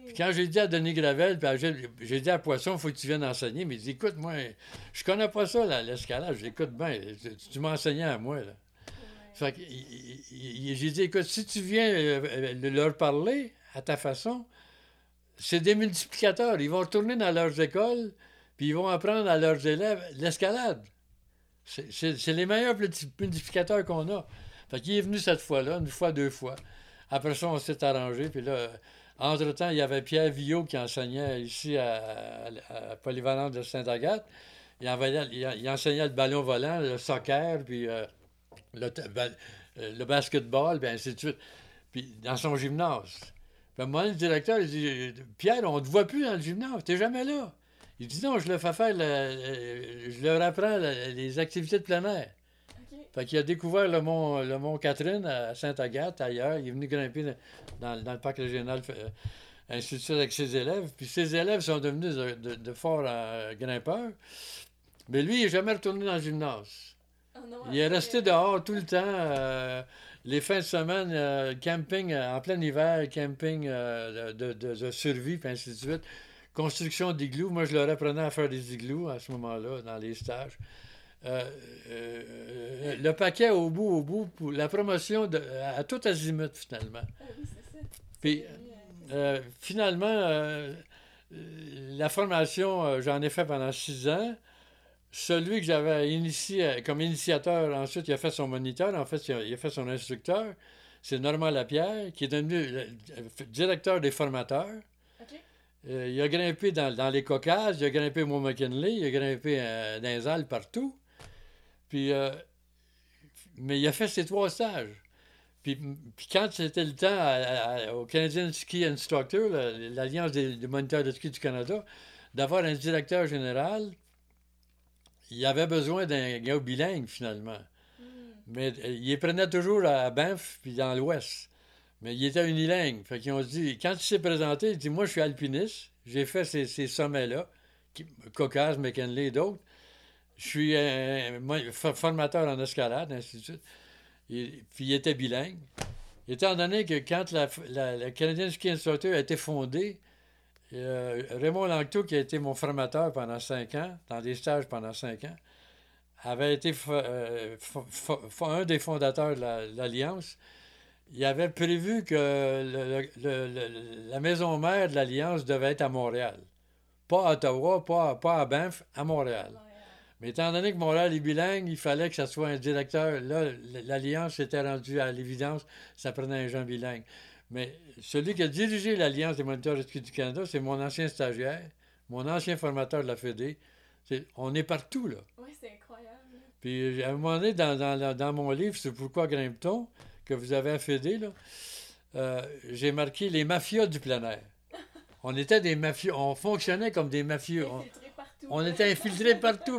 Puis quand j'ai dit à Denis Gravel, puis j'ai dit à Poisson, il faut que tu viennes enseigner. Mais il dit, écoute, moi, je connais pas ça, l'escalade. J'écoute bien. Tu m'as enseigné à moi, là. Fait que, j'ai dit, écoute, si tu viens leur parler à ta façon, c'est des multiplicateurs. Ils vont retourner dans leurs écoles, puis ils vont apprendre à leurs élèves l'escalade. C'est les meilleurs multiplicateurs qu'on a. Fait qu'il est venu cette fois-là, une fois, 2 fois. Après ça, on s'est arrangé. Puis là, entre-temps, il y avait Pierre Villot qui enseignait ici à Polyvalente de Sainte-Agathe. Il enseignait le ballon volant, le soccer, puis le basketball, puis ainsi de suite. Puis dans son gymnase. Puis à un moment donné, le directeur, il dit, Pierre, on ne te voit plus dans le gymnase, tu n'es jamais là. Il dit, non, je le fais faire, je leur apprends les activités de plein air. Fait qu'il a découvert le mont Catherine à Sainte-Agathe, ailleurs. Il est venu grimper dans le parc régional, ainsi de suite, avec ses élèves. Puis ses élèves sont devenus de forts grimpeurs. Mais lui, il n'est jamais retourné dans le gymnase. Oh non, Il est resté dehors tout le temps. Les fins de semaine, camping en plein hiver, camping de survie, puis ainsi de suite. Construction d'iglous. Moi, je leur apprenais à faire des igloos à ce moment-là, dans les stages. Le paquet au bout, pour la promotion à tout azimut, finalement. Oui, c'est ça. Puis, finalement, la formation, j'en ai fait pendant 6 ans. Celui que j'avais initié comme initiateur, ensuite, il a fait son moniteur, en fait, il a fait son instructeur. C'est Normand Lapierre, qui est devenu le directeur des formateurs. OK. Il a grimpé dans les Caucases, il a grimpé au Mont-McKinley, il a grimpé dans les Alpes, partout. Puis, mais il a fait ses 3 stages. Puis quand c'était le temps au Canadian Ski Instructor, l'Alliance des moniteurs de ski du Canada, d'avoir un directeur général, il avait besoin d'un gars bilingue, finalement. Mais il les prenait toujours à Banff puis dans l'Ouest. Mais il était unilingue. Fait qu'ils ont dit, quand il s'est présenté, il dit, moi, je suis alpiniste. J'ai fait ces sommets-là, Caucase, McKinley et d'autres. Je suis formateur en escalade, ainsi de suite. Puis il était bilingue. Étant donné que quand la Canadian Ski Instructor a été fondée, Raymond Langteau, qui a été mon formateur pendant 5 ans, dans des stages pendant 5 ans, avait été un des fondateurs de l'Alliance. Il avait prévu que la maison mère de l'Alliance devait être à Montréal. Pas à Ottawa, pas à Banff, à Montréal. Mais étant donné que Montréal est bilingue, il fallait que ça soit un directeur. Là, l'Alliance s'était rendue à l'évidence, ça prenait un gens bilingue. Mais celui qui a dirigé l'Alliance des moniteurs de ski du Canada, c'est mon ancien stagiaire, mon ancien formateur de la Fédé. On est partout, là. Oui, c'est incroyable. Puis, à un moment donné, dans mon livre, c'est Pourquoi grimpe-t-on, que vous avez à Fédé, là, j'ai marqué les mafias du plein air. On était des mafieux, on fonctionnait comme des mafieux. On était infiltrés partout.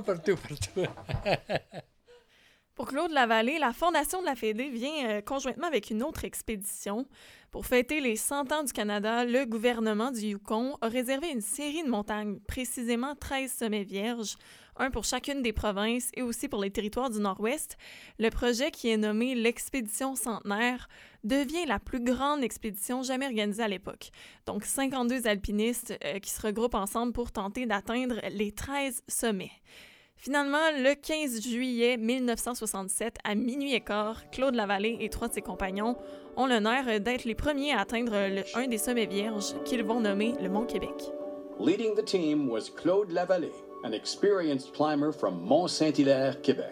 Pour Claude Lavallée, la fondation de la Fédé vient conjointement avec une autre expédition. Pour fêter les 100 ans du Canada, le gouvernement du Yukon a réservé une série de montagnes, précisément 13 sommets vierges, un pour chacune des provinces et aussi pour les territoires du Nord-Ouest. Le projet, qui est nommé l'Expédition Centenaire, devient la plus grande expédition jamais organisée à l'époque. Donc 52 alpinistes qui se regroupent ensemble pour tenter d'atteindre les 13 sommets. Finalement, le 15 juillet 1967, à minuit et quart, Claude Lavallée et 3 de ses compagnons ont l'honneur d'être les premiers à atteindre un des sommets vierges qu'ils vont nommer le Mont-Québec. Leading the team was Claude Lavallée, an experienced climber from Mont-Saint-Hilaire, Québec.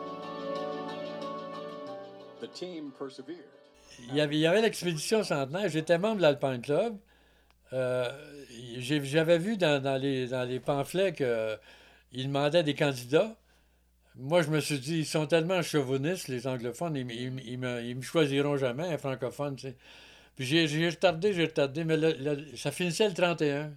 The team persevered. Il y avait l'expédition centenaire. J'étais membre de l'Alpine Club. J'avais vu dans les pamphlets qu'ils demandaient des candidats. Moi, je me suis dit, ils sont tellement chauvinistes, les anglophones, ils me choisiront jamais, un francophone, tu sais. Puis j'ai retardé, mais ça finissait le 31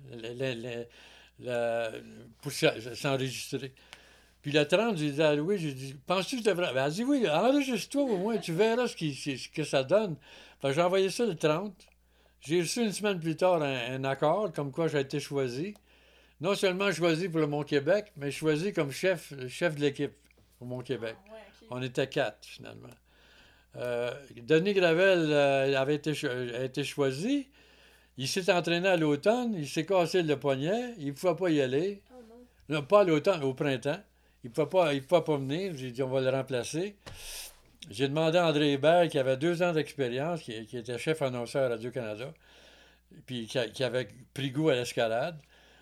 pour s'enregistrer. Puis le 30, j'ai dit à Louis, j'ai dit, penses-tu que je devrais... Elle a dit, oui, enregistre-toi au moins, tu verras ce que ça donne. Fait que j'ai envoyé ça le 30. J'ai reçu une semaine plus tard un accord, comme quoi j'ai été choisi. Non seulement choisi pour le Mont-Québec, mais choisi comme chef de l'équipe au Mont-Québec. Ah, ouais, okay. On était 4, finalement. Denis Gravel a été choisi. Il s'est entraîné à l'automne, il s'est cassé le poignet, il ne pouvait pas y aller. Oh non. Non, pas à l'automne, au printemps. Il ne pouvait pas venir. J'ai dit, on va le remplacer. J'ai demandé à André Hébert, qui avait 2 ans d'expérience, qui était chef annonceur à Radio-Canada, puis qui avait pris goût à l'escalade.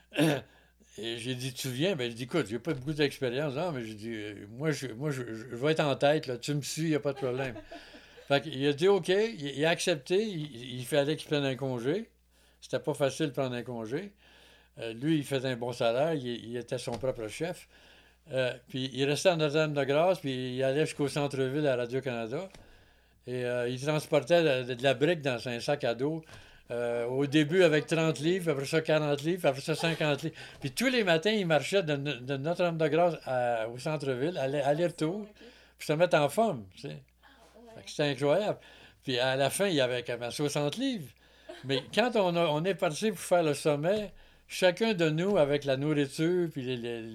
Et j'ai dit, tu viens? Ben, il dit, écoute, j'ai pas beaucoup d'expérience. Non, mais j'ai dit, moi, je vais être en tête, là. Tu me suis, il n'y a pas de problème. Fait qu'il a dit, OK, il a accepté. Il fallait qu'il prenne un congé. C'était pas facile de prendre un congé. Lui, il faisait un bon salaire. Il était son propre chef. Puis il restait à Notre-Dame-de-Grâce, puis il allait jusqu'au centre-ville à Radio-Canada. Et il transportait de la brique dans un sac à dos. Au début avec 30 livres, après ça 40 livres, après ça 50 livres. Puis tous les matins, il marchait de Notre-Dame-de-Grâce au centre-ville, aller-retour, pour se mettre en forme. Tu sais. Fait que c'était incroyable. Puis à la fin, il y avait quand même 60 livres. Mais quand on est parti pour faire le sommet, chacun de nous, avec la nourriture, puis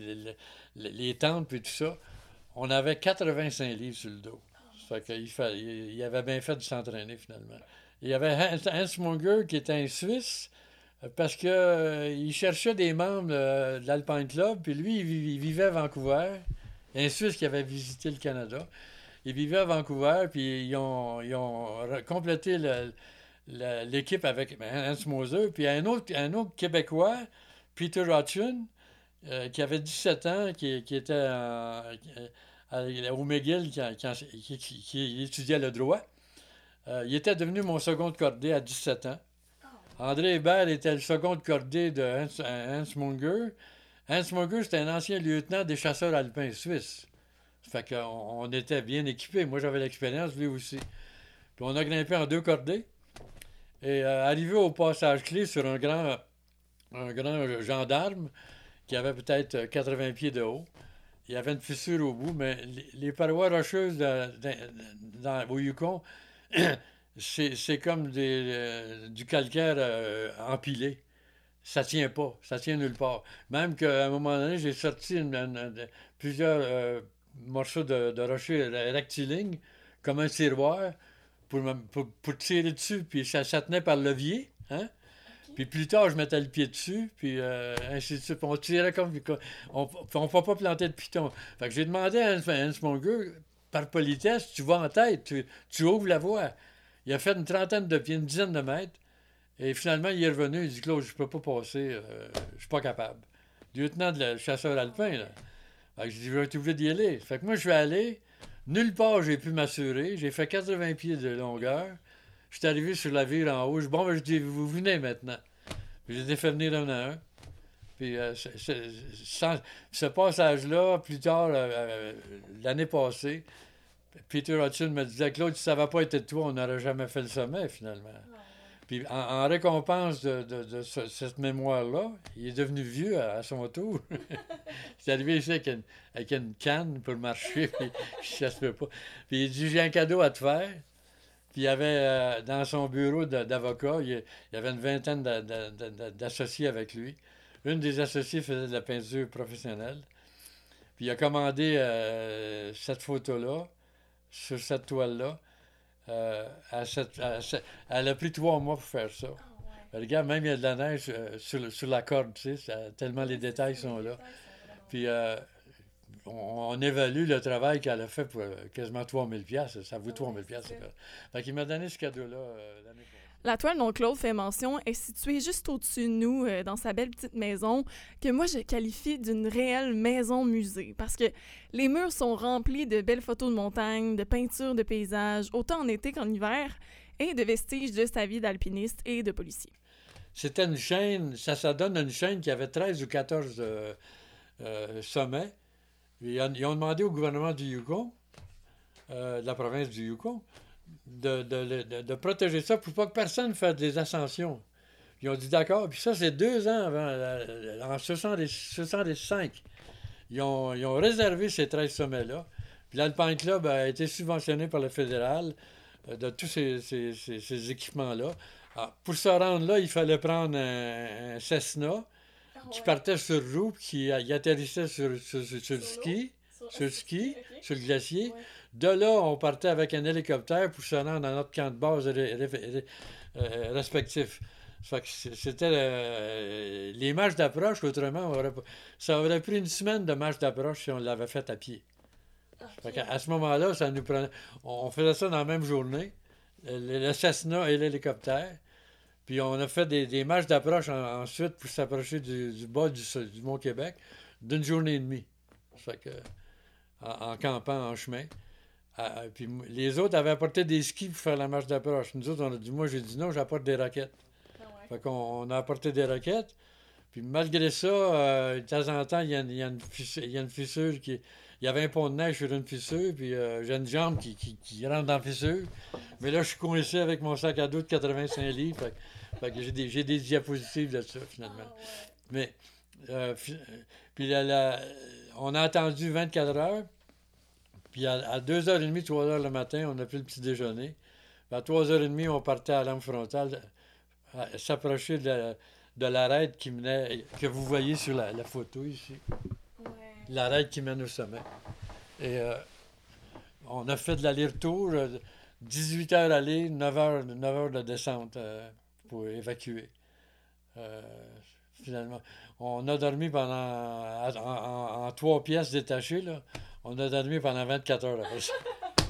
les tentes, puis tout ça, on avait 85 livres sur le dos. Ça fait qu'il avait bien fait de s'entraîner, finalement. Il y avait Hans Munger, qui était un Suisse, parce qu'il cherchait des membres de l'Alpine Club, puis lui, il vivait à Vancouver. Un Suisse qui avait visité le Canada. Il vivait à Vancouver, puis ils ont complété l'équipe avec Hans Moser, puis un autre Québécois, Peter Hutchin, qui avait 17 ans, qui était au McGill, qui étudiait le droit. Il était devenu mon second de cordée à 17 ans. André Hébert était le second de cordée de Hans Munger. Hans Munger, c'était un ancien lieutenant des chasseurs alpins suisses. Ça fait qu'on était bien équipés. Moi, j'avais l'expérience, lui aussi. Puis on a grimpé en 2 cordées. Et arrivé au passage clé sur un grand gendarme qui avait peut-être 80 pieds de haut, il y avait une fissure au bout, mais les parois rocheuses au Yukon, c'est comme du calcaire empilé. Ça tient pas, ça tient nulle part. Même qu'à un moment donné, j'ai sorti plusieurs morceaux de rochers rectilignes, comme un tiroir, pour tirer dessus, puis ça tenait par levier, hein? Okay. Puis plus tard, je mettais le pied dessus, puis ainsi de suite. On tirait comme... On ne peut pas planter de piton. Fait que j'ai demandé à Hans Munger, par politesse, tu vas en tête, tu ouvres la voie. Il a fait une trentaine de pieds, une dizaine de mètres, et finalement, il est revenu, il dit, Claude, je peux pas passer, je suis pas capable. Lieutenant de chasseur alpin, là. Fait que j'ai dit, je vais être obligé d'y aller. Fait que moi, je suis allé, nulle part j'ai pu m'assurer, j'ai fait 80 pieds de longueur, je suis arrivé sur la ville en haut, je dis, vous venez maintenant. Puis j'ai fait venir un à un. Puis ce passage-là, plus tard, l'année passée, Peter Hutchin me disait, Claude, si ça ne va pas être de toi, on n'aurait jamais fait le sommet, finalement. Puis en récompense de cette mémoire-là, il est devenu vieux à son tour. Il est arrivé ici avec une canne pour marcher, puis ça se peut pas. Puis il dit, j'ai un cadeau à te faire. Puis il y avait, dans son bureau d'avocat, il y avait une vingtaine d'associés avec lui. Une des associés faisait de la peinture professionnelle. Puis il a commandé cette photo-là, sur cette toile-là. Elle a pris 3 mois pour faire ça. Regarde, même il y a de la neige sur la corde, tu sais, tellement les détails sont là. Puis on évalue le travail qu'elle a fait pour quasiment 3000 $. Ça vaut 3000 $. Fait qu'il m'a donné ce cadeau-là l'année passée. La toile dont Claude fait mention est située juste au-dessus de nous, dans sa belle petite maison, que moi je qualifie d'une réelle maison-musée, parce que les murs sont remplis de belles photos de montagne, de peintures de paysages, autant en été qu'en hiver, et de vestiges de sa vie d'alpiniste et de policier. C'était une chaîne, ça donne une chaîne qui avait 13 ou 14 sommets. Ils ont demandé au gouvernement du Yukon, de la province du Yukon, de protéger ça pour pas que personne fasse des ascensions. Ils ont dit d'accord. Puis ça, c'est 2 ans avant, en 65. Ils ont réservé ces 13 sommets-là. Puis l'Alpine Club a été subventionné par le fédéral de tous ces équipements-là. Alors, pour se rendre là, il fallait prendre un Cessna qui partait sur roue, qui atterrissait sur le ski, sur le glacier. Ouais. De là, on partait avec un hélicoptère pour se rendre à notre camp de base respectif. Ça fait que c'était les marches d'approche, autrement, ça aurait pris une semaine de marche d'approche si on l'avait fait à pied. Fait qu'à ce moment-là, ça nous prenait. On faisait ça dans la même journée, le Cessna et l'hélicoptère. Puis on a fait des marches d'approche ensuite pour s'approcher du bas du Mont-Québec d'une journée et demie. Ça fait que, en campant en chemin. Puis les autres avaient apporté des skis pour faire la marche d'approche. Nous autres, on a dit, moi, j'ai dit non, j'apporte des raquettes. Fait qu'on a apporté des raquettes. Puis malgré ça, de temps en temps, il y a une fissure qui. Il y avait un pont de neige sur une fissure, puis j'ai une jambe qui rentre dans la fissure. Mais là, je suis coincé avec mon sac à dos de 85 livres. Fait que j'ai des diapositives de ça, finalement. Mais, puis on a attendu 24 heures. Puis à 2h30, 3h le matin, on a pris le petit déjeuner. Puis à 3h30, on partait à l'âme frontale, s'approcher de l'arête qui menait, que vous voyez sur la photo ici. L'arête qui mène au sommet. Et on a fait de l'aller-retour, 18 heures aller, 9 heures de descente pour évacuer. Finalement, on a dormi en 3 pièces détachées, là. On a dormi pendant 24 heures après ça.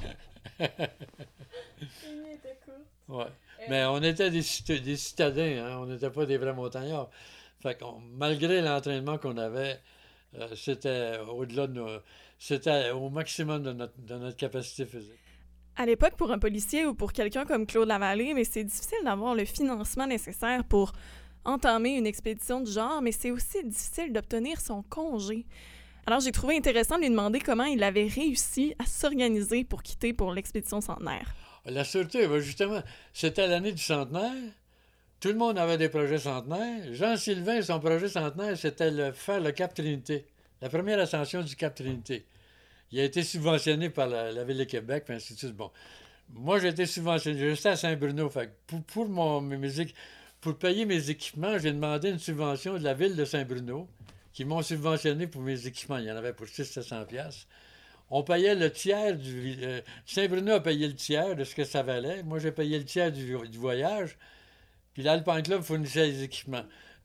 Ouais. Mais on était des citadins, hein? On n'était pas des vrais montagnards. Fait que malgré l'entraînement qu'on avait, c'était au-delà de c'était au maximum de notre capacité physique. À l'époque, pour un policier ou pour quelqu'un comme Claude Lavallée, mais c'est difficile d'avoir le financement nécessaire pour entamer une expédition du genre, mais c'est aussi difficile d'obtenir son congé. Alors, j'ai trouvé intéressant de lui demander comment il avait réussi à s'organiser pour quitter pour l'expédition centenaire. La sûreté, justement, c'était l'année du centenaire. Tout le monde avait des projets centenaires. Jean-Sylvain, son projet centenaire, c'était faire le Cap Trinité, la première ascension du Cap Trinité. Il a été subventionné par la Ville de Québec, puis ainsi de suite. Bon, moi, j'ai été subventionné. J'étais à Saint-Bruno. Fait que pour payer mes équipements, j'ai demandé une subvention de la Ville de Saint-Bruno, qui m'ont subventionné pour mes équipements. Il y en avait pour 600-700$. On payait le tiers Saint-Bruno a payé le tiers de ce que ça valait. Moi, j'ai payé le tiers du voyage. Puis l'Alpine Club fournissait les équipements.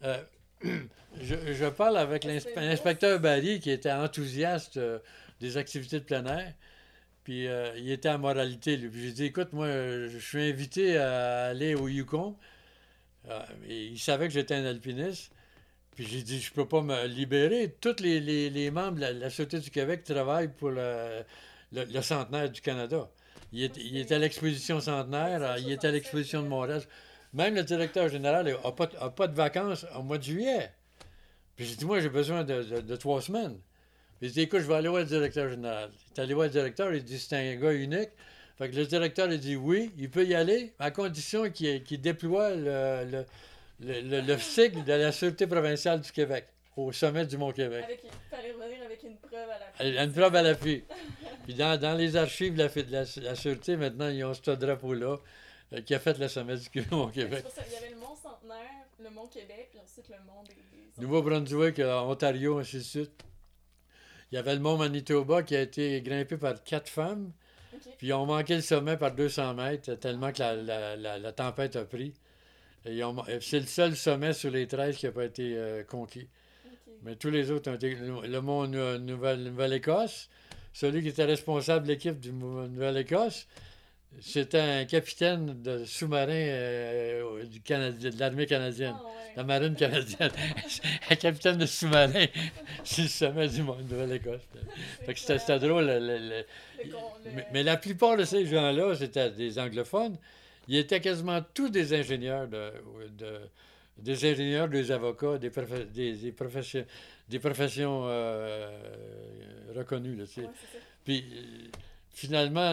Je parle avec l'inspecteur Barry, qui était enthousiaste des activités de plein air. Puis il était à moralité, lui. Puis j'ai dit, écoute, moi, je suis invité à aller au Yukon. Et il savait que j'étais un alpiniste. Puis j'ai dit, je peux pas me libérer. Tous les membres de la Sûreté du Québec travaillent pour le centenaire du Canada. Il était à l'exposition centenaire, il était à l'exposition de Montréal. Même le directeur général n'a pas de vacances au mois de juillet. Puis j'ai dit, moi, j'ai besoin de 3 semaines. Puis j'ai dit, écoute, je vais aller voir le directeur général. Il est allé voir le directeur, il dit, c'est un gars unique. Fait que le directeur, il dit, oui, il peut y aller, à condition qu'il déploie le sigle de la Sûreté provinciale du Québec, au sommet du Mont-Québec. Il fallait revenir avec une preuve à l'appui. Une preuve à l'appui. Puis dans les archives de la Sûreté, maintenant, ils ont ce drapeau-là qui a fait le sommet du Mont-Québec. Il y avait le Mont Centenaire, le Mont-Québec, puis ensuite le Mont des Nouveau-Brunswick, Ontario, ainsi de suite. Il y avait le Mont Manitoba qui a été grimpé par 4 femmes. Okay. Puis ils ont manqué le sommet par 200 mètres, tellement que la tempête a pris. C'est le seul sommet sur les 13 qui n'a pas été conquis. Okay. Mais tous les autres ont été... Le Mont Nouvelle-Écosse, celui qui était responsable de l'équipe du Nouvelle-Écosse, c'était un capitaine de sous-marin de l'armée canadienne, la marine canadienne. Un capitaine de sous-marin sur le sommet du Mont Nouvelle-Écosse. Fait que c'était drôle. Mais la plupart de ces gens-là, c'était des anglophones. Ils étaient quasiment tous des ingénieurs, des ingénieurs, des avocats, des professions reconnues. Là, puis finalement,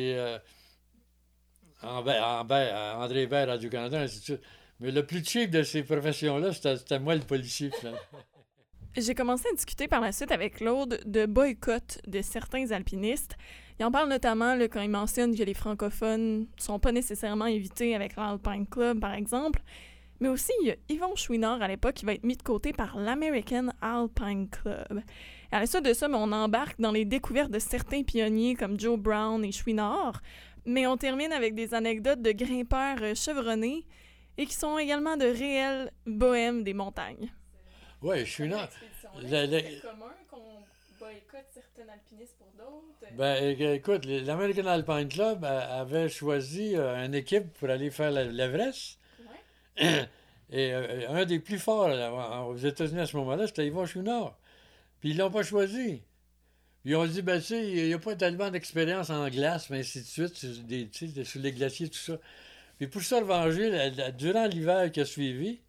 André Hébert, Radio-Canada, ainsi de suite. Mais le plus cheap de ces professions-là, c'était moi le policier, finalement. J'ai commencé à discuter par la suite avec Claude de boycott de certains alpinistes. Il en parle notamment là, quand il mentionne que les francophones ne sont pas nécessairement invités avec l'Alpine Club, par exemple. Mais aussi, il y a Yvon Chouinard, à l'époque, qui va être mis de côté par l'American Alpine Club. Et à la suite de ça, on embarque dans les découvertes de certains pionniers comme Joe Brown et Chouinard. Mais on termine avec des anecdotes de grimpeurs chevronnés. et qui sont également de réels bohèmes des montagnes. Oui, Chouinard. C'est commun qu'on boycotte certains alpinistes pour d'autres. Ben, écoute, l'American Alpine Club avait choisi une équipe pour aller faire l'Everest. Ouais. Et un des plus forts aux États-Unis à ce moment-là, c'était Yvon Chouinard. Puis ils l'ont pas choisi. Ils ont dit, ben, tu sais, il n'y a pas tellement d'expérience en glace, mais ainsi de suite, sur les glaciers, tout ça. Puis pour se revenger, durant l'hiver qui a suivi,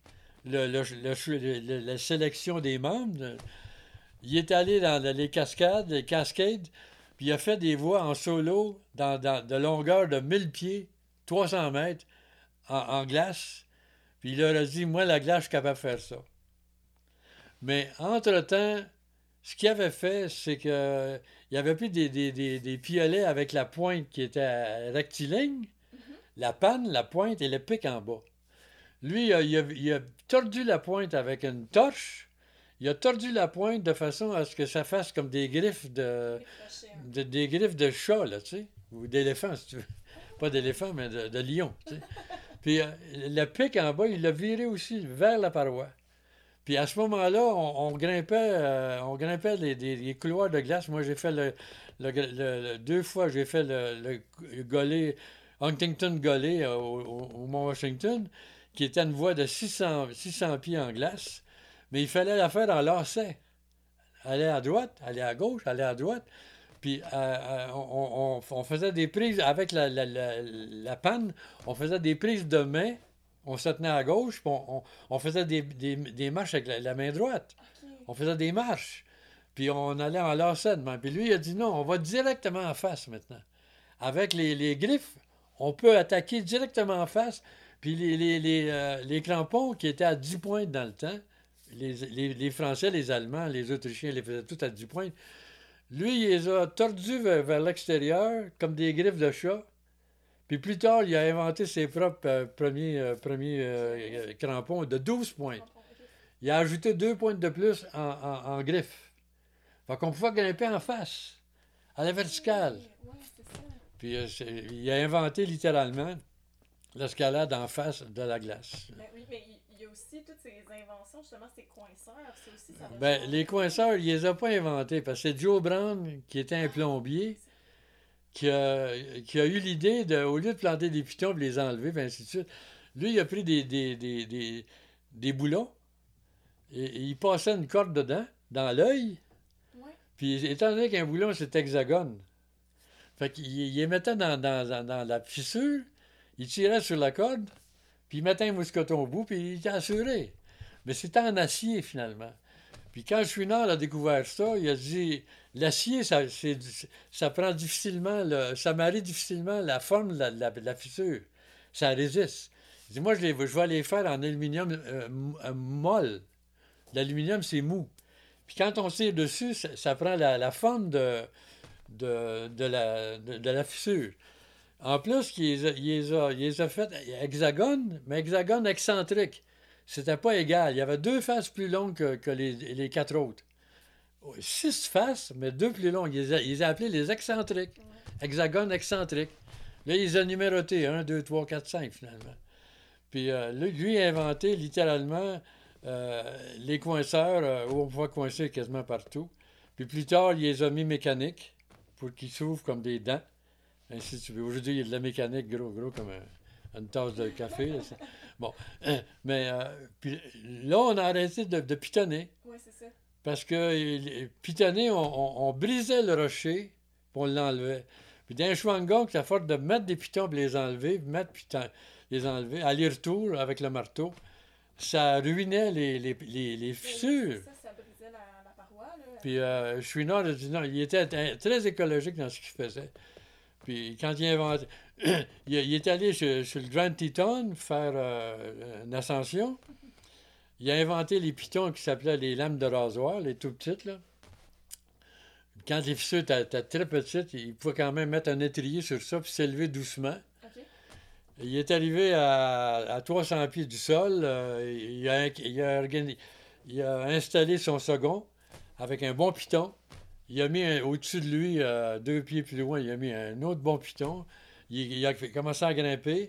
la sélection des membres, il est allé dans les cascades, puis il a fait des voies en solo de longueur de 1000 pieds, 300 mètres, en glace. Puis il leur a dit, moi, la glace, je suis capable de faire ça. Mais entre-temps, ce qu'il avait fait, c'est qu'il n'y avait plus des piolets avec la pointe qui était rectiligne, la panne, la pointe et le pic en bas. Lui, il a tordu la pointe avec une torche. Il a tordu la pointe de façon à ce que ça fasse comme des griffes des griffes de chat, là, tu sais, ou d'éléphant, si tu veux. Pas d'éléphant, mais de lion, tu sais. Puis le pic en bas, il l'a viré aussi vers la paroi. Puis à ce moment-là, on grimpait des couloirs de glace. Moi, j'ai fait 2 fois, j'ai fait le Gollet, Huntington Gollet au Mont-Washington, qui était une voie de 600 pieds en glace. Mais il fallait la faire en lacet. Aller à droite, aller à gauche, aller à droite. Puis on faisait des prises avec la panne, on faisait des prises de main, on se tenait à gauche, puis on faisait des marches avec la main droite. Okay. On faisait des marches. Puis on allait en lacet de main. Puis lui, il a dit non, on va directement en face maintenant. Avec les griffes, on peut attaquer directement en face. Puis les crampons qui étaient à 10 pointes dans le temps, les Français, les Allemands, les Autrichiens les faisaient tous à 10 pointes. Lui, il les a tordus vers l'extérieur comme des griffes de chat. Puis plus tard, il a inventé ses propres premiers crampons de 12 pointes. Il a ajouté 2 pointes de plus en griffes. Fait qu'on pouvait grimper en face, à la verticale. Ouais, c'est ça. Puis il a inventé littéralement l'escalade en face de la glace. Ben oui, mais il y a aussi toutes ces inventions, justement, ces coinceurs. C'est aussi, ça Ben, les coinceurs, il les a pas inventés, parce que c'est Joe Brown, qui était un plombier, qui a eu l'idée, au lieu de planter des pitons et les enlever, puis ainsi de suite, lui, il a pris des boulons, et il passait une corde dedans, dans l'œil, Ouais. puis étant donné qu'un boulon, c'est hexagone, fait qu'il les mettait dans la fissure, il tirait sur la corde, puis il mettait un mousqueton au bout, puis il était assuré. Mais c'était en acier, finalement. Puis quand Chouinard a découvert ça, il a dit, l'acier, ça prend difficilement, ça marie difficilement la forme de la fissure. Ça résiste. Il dit, moi, je vais les faire en aluminium molle. L'aluminium, c'est mou. Puis quand on tire dessus, ça prend la forme de la fissure. En plus, il les a fait hexagone, mais hexagone excentrique. C'était pas égal. Il y avait 2 faces plus longues que les 4 autres. 6 faces, mais 2 plus longues. Ils les a appelés les excentriques. Hexagone excentrique. Là, ils ont numéroté 1, 2, 3, 4, 5, finalement. Puis lui a inventé littéralement les coinceurs où on pouvait coincer quasiment partout. Puis plus tard, il les a mis mécaniques pour qu'ils s'ouvrent comme des dents. Ainsi, aujourd'hui, il y a de la mécanique gros comme une tasse de café. Là, bon, mais puis, là, on a arrêté de pitonner. Oui, c'est ça. Parce que pitonner, on brisait le rocher, puis on l'enlevait. Puis dans un Schwangong, c'est à force de mettre des pitons pour les enlever, les enlever, aller-retour avec le marteau, ça ruinait les fissures. Ça brisait la paroi. Là. Puis Chouinard a dit non, il était très écologique dans ce qu'il faisait. Puis quand il a inventé, il est allé sur le Grand Teton faire une ascension. Il a inventé les pitons qui s'appelaient les lames de rasoir, les tout petites, là. Quand les fissures étaient très petites, il pouvait quand même mettre un étrier sur ça puis s'élever doucement. Okay. Il est arrivé à 300 pieds du sol. Il a installé son second avec un bon piton. Il a mis au-dessus de lui, 2 pieds plus loin, il a mis un autre bon piton. Il a commencé à grimper.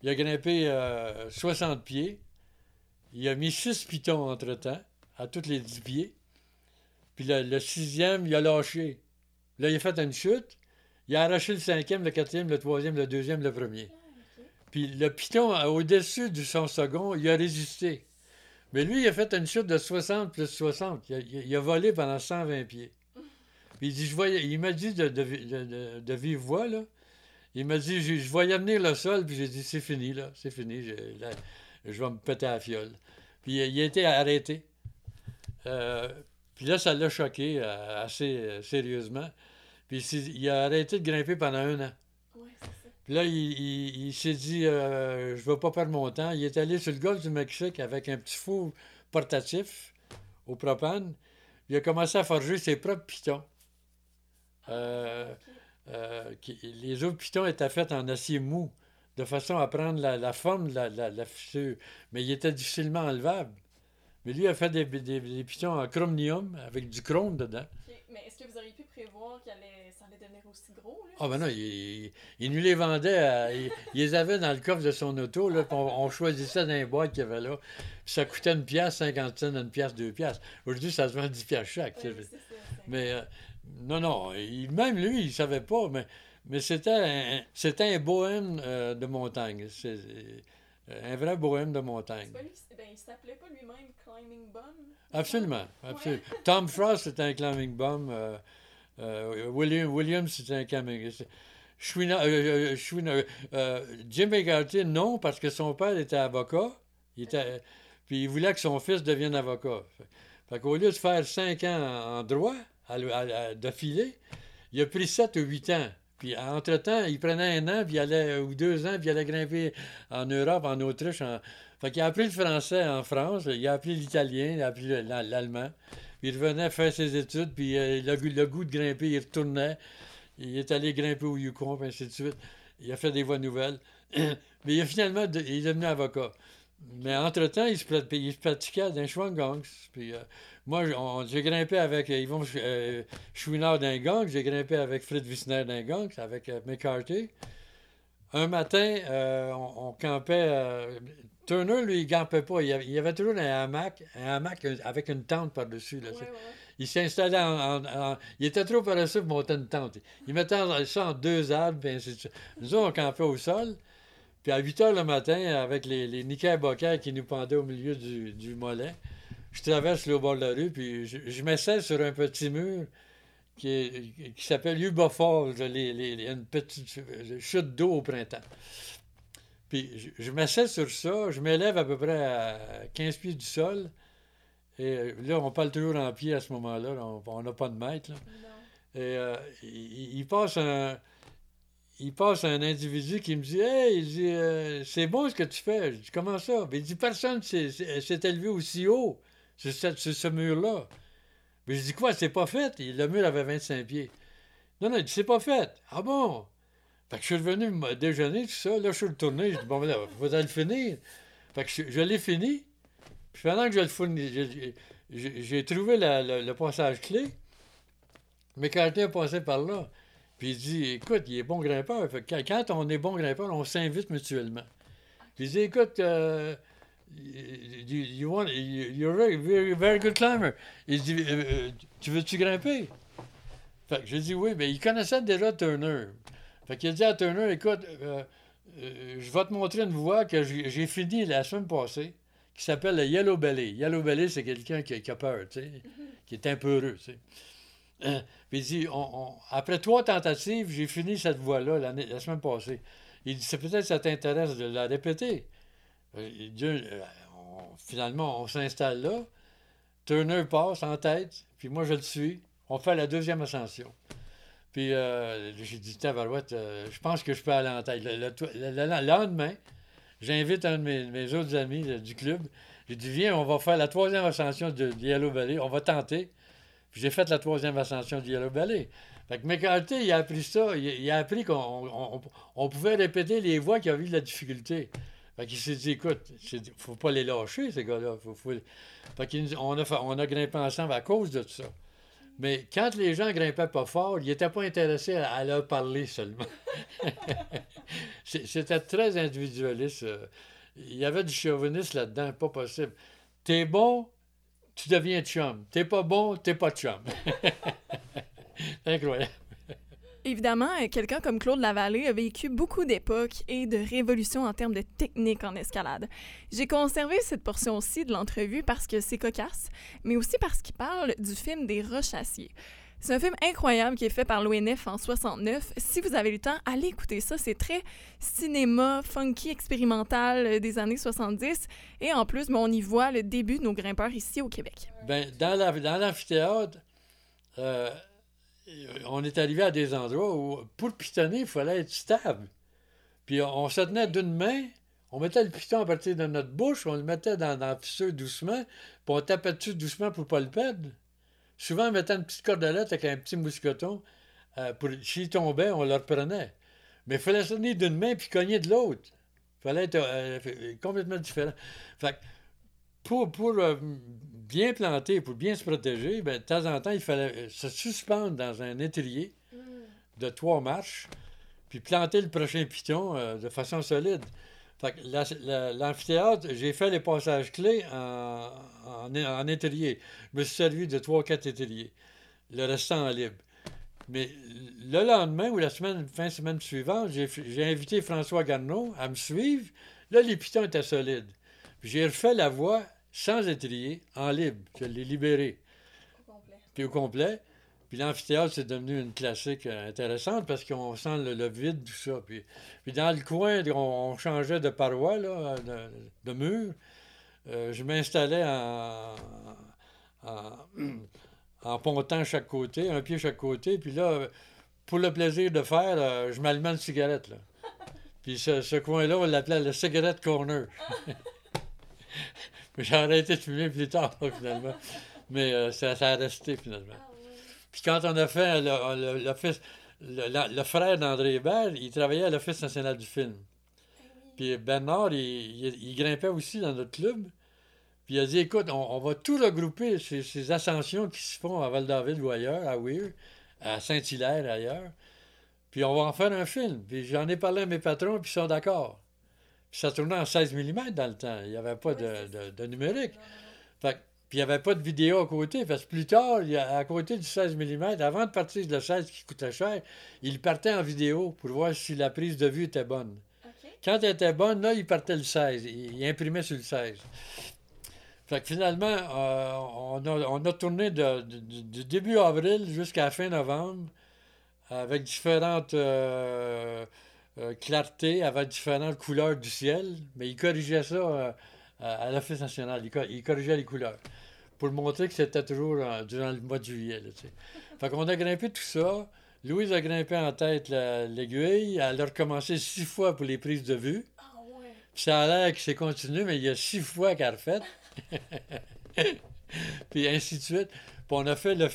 Il a grimpé 60 pieds. Il a mis 6 pitons entre-temps, à tous les 10 pieds. Puis le 6e, il a lâché. Là, il a fait une chute. Il a arraché le 5e, le 4e, le 3e, le 2e, le 1er. Puis le piton, au-dessus de son second, il a résisté. Mais lui, il a fait une chute de 60 plus 60. Il a volé pendant 120 pieds. Puis il m'a dit de vive voix, là. Il m'a dit, je voyais venir le sol, puis j'ai dit, c'est fini, là, c'est fini, je vais me péter à la fiole. Puis il a été arrêté. Puis là, ça l'a choqué assez sérieusement. Puis il a arrêté de grimper pendant 1 an. Ouais, c'est ça. Puis là, il s'est dit, je ne vais pas perdre mon temps. Il est allé sur le golfe du Mexique avec un petit four portatif au propane. Il a commencé à forger ses propres pitons. Les autres pitons étaient faits en acier mou, de façon à prendre la forme de la fissure. Mais il était difficilement enlevable. Mais lui a fait des pitons en chromium avec du chrome dedans. Ok. Mais est-ce que vous auriez pu prévoir ça allait devenir aussi gros? Là? Ah ben non, il nous les vendait, il les avait dans le coffre de son auto, là, puis on choisissait dans les boîtes qu'il y avait là. Puis ça coûtait 1 piastre, 50 cents, 1 piastre, 2 piastres. Aujourd'hui, ça se vend 10 piastres chaque. Oui, c'est ça. Mais non, même lui, il ne savait pas, mais c'était un bohème de montagne. C'est un vrai bohème de montagne. C'est pas lui il s'appelait pas lui-même Climbing Bum? Absolument. Ouais. Tom Frost, c'était un climbing bum. Williams, c'était un climbing. Jim McCarthy, non, parce que son père était avocat. Puis il voulait que son fils devienne avocat. Fait qu'au lieu de faire 5 ans en droit, d'affilée, il a pris 7 ou 8 ans. Puis, entre-temps, il prenait 1 an, puis ou 2 ans, puis il allait grimper en Europe, en Autriche. Fait qu'il a appris le français en France, il a appris l'italien, il a appris l'allemand. Puis il revenait faire ses études, puis le goût de grimper, il retournait. Il est allé grimper au Yukon, puis ainsi de suite. Il a fait des voies nouvelles. Mais finalement, il est devenu avocat. Mais entre-temps, il se pratiquait dans Schwangangs. Puis moi, j'ai grimpé avec Yvon Chouinard d'un gang, j'ai grimpé avec Fred Wissner d'un gang, avec McCarthy. Un matin, on campait. Turner, lui, il campait pas. Il y avait toujours un hamac avec une tente par-dessus. Là, Ouais. Il s'installait il était trop paresseux pour monter une tente. Il mettait ça en 2 arbres, puis ainsi de suite. Nous autres, on campait au sol. Puis à 8 heures le matin, avec les knickerbockers qui nous pendaient au milieu du mollet, je traverse le bord de la rue, puis je m'essaie sur un petit mur qui s'appelle Yuba Falls, une petite chute d'eau au printemps. Puis je m'essaie sur ça, je m'élève à peu près à 15 pieds du sol, et là, on parle toujours en pied à ce moment-là, on n'a pas de mètre. Là. Non. Et il passe un individu qui me dit « Hey, il dit, c'est bon ce que tu fais. » Je dis « Comment ça? » Il dit « Personne s'est élevé aussi haut sur ce mur-là. » Mais je dis « Quoi, c'est pas fait? » Le mur avait 25 pieds. Non, il dit « C'est pas fait. » Ah bon? Fait que je suis revenu déjeuner, tout ça. Là, je suis retourné. Je dis « Bon, là, il faudrait le finir. » Fait que je l'ai fini. Puis pendant que je le finis, j'ai trouvé le passage clé. Mais quelqu'un passait par là. Puis il dit, écoute, il est bon grimpeur. Fait que quand on est bon grimpeur, on s'invite mutuellement. Puis il dit, écoute, you're a very, very good climber. Il dit, tu veux-tu grimper? Fait que j'ai dit oui, mais il connaissait déjà Turner. Fait qu'il a dit à Turner, écoute, je vais te montrer une voie que j'ai finie la semaine passée, qui s'appelle le Yellow Belly. Yellow Belly, c'est quelqu'un qui a peur, tu sais, qui est un peu heureux, tu sais. Puis il dit, après 3 tentatives, j'ai fini cette voie-là la semaine passée. Il dit, c'est peut-être que ça t'intéresse de la répéter. Finalement, on s'installe là. Turner passe en tête, puis moi, je le suis. On fait la 2e ascension. Puis j'ai dit, tabarouette, je pense que je peux aller en tête. Le lendemain, j'invite un de mes autres amis du club. J'ai dit, viens, on va faire la 3e ascension de Yellow Valley. On va tenter. Puis j'ai fait la 3e ascension du Yellow Valley. Fait que McCarthy, il a appris ça. Il a appris qu'on pouvait répéter les voies qui avaient eu de la difficulté. Fait qu'il s'est dit, écoute, faut pas les lâcher, ces gars-là. Fait qu'on a grimpé ensemble à cause de tout ça. Mais quand les gens grimpaient pas fort, ils n'étaient pas intéressés à leur parler seulement. C'était très individualiste. Il y avait du chauvinisme là-dedans, pas possible. T'es bon, tu deviens chum. T'es pas bon, t'es pas chum. Incroyable. Évidemment, quelqu'un comme Claude Lavallée a vécu beaucoup d'époques et de révolutions en termes de technique en escalade. J'ai conservé cette portion-ci de l'entrevue parce que c'est cocasse, mais aussi parce qu'il parle du film des Rochassiers. C'est un film incroyable qui est fait par l'ONF en 69. Si vous avez le temps, allez écouter ça. C'est très cinéma, funky, expérimental des années 70. Et en plus, on y voit le début de nos grimpeurs ici au Québec. Bien, dans l'amphithéâtre, on est arrivé à des endroits où, pour pitonner, il fallait être stable. Puis on se tenait d'une main, on mettait le piton à partir de notre bouche, on le mettait dans la fissure doucement, puis on tapait dessus doucement pour ne pas le perdre. Souvent, on mettait une petite cordelette avec un petit mousqueton. S'il tombait, on le reprenait. Mais il fallait se tenir d'une main puis cogner de l'autre. Il fallait être complètement différent. Fait que pour bien planter, pour bien se protéger, ben, de temps en temps, il fallait se suspendre dans un étrier de 3 marches, puis planter le prochain piton de façon solide. Fait que l'amphithéâtre, j'ai fait les passages clés en étrier. Je me suis servi de 3-4 étriers, le restant en libre. Mais le lendemain ou fin de semaine suivante, j'ai invité François Garneau à me suivre. Là, les pitons étaient solides. Puis j'ai refait la voie sans étrier, en libre. Je l'ai libéré. Puis au complet. Puis l'amphithéâtre, c'est devenu une classique intéressante parce qu'on sent le vide, tout ça. Puis dans le coin, on changeait de paroi, là, de mur. Je m'installais en pontant chaque côté, un pied chaque côté. Puis là, pour le plaisir de faire, je m'allumais une cigarette, là. Puis ce coin-là, on l'appelait le cigarette corner. J'ai arrêté de fumer plus tard, finalement. Mais ça a resté, finalement. Puis quand on a fait le frère d'André Hébert, il travaillait à l'Office national du film. Puis Bernard, il grimpait aussi dans notre club. Puis il a dit, écoute, on va tout regrouper, ces ascensions qui se font à Val-David ou ailleurs, à Weir, à Saint-Hilaire, ailleurs. Puis on va en faire un film. Puis j'en ai parlé à mes patrons, puis ils sont d'accord. Puis ça tournait en 16 mm dans le temps. Il n'y avait pas de numérique. Fait que, puis il n'y avait pas de vidéo à côté, parce que plus tard, à côté du 16 mm, avant de partir de le 16 qui coûtait cher, il partait en vidéo pour voir si la prise de vue était bonne. Okay. Quand elle était bonne, là, il partait le 16. Il imprimait sur le 16. Fait que finalement, on a tourné du début avril jusqu'à la fin novembre avec différentes clartés, avec différentes couleurs du ciel, mais il corrigeait ça à l'Office national. Il corrigeait les couleurs pour montrer que c'était toujours durant le mois de juillet. Là, fait qu'on a grimpé tout ça. Louise a grimpé en tête l'aiguille. Elle a recommencé 6 fois pour les prises de vue. Oh, ouais. Puis ça a l'air que c'est continué, mais il y a 6 fois qu'elle a refait. Puis ainsi de suite. Puis on a fait le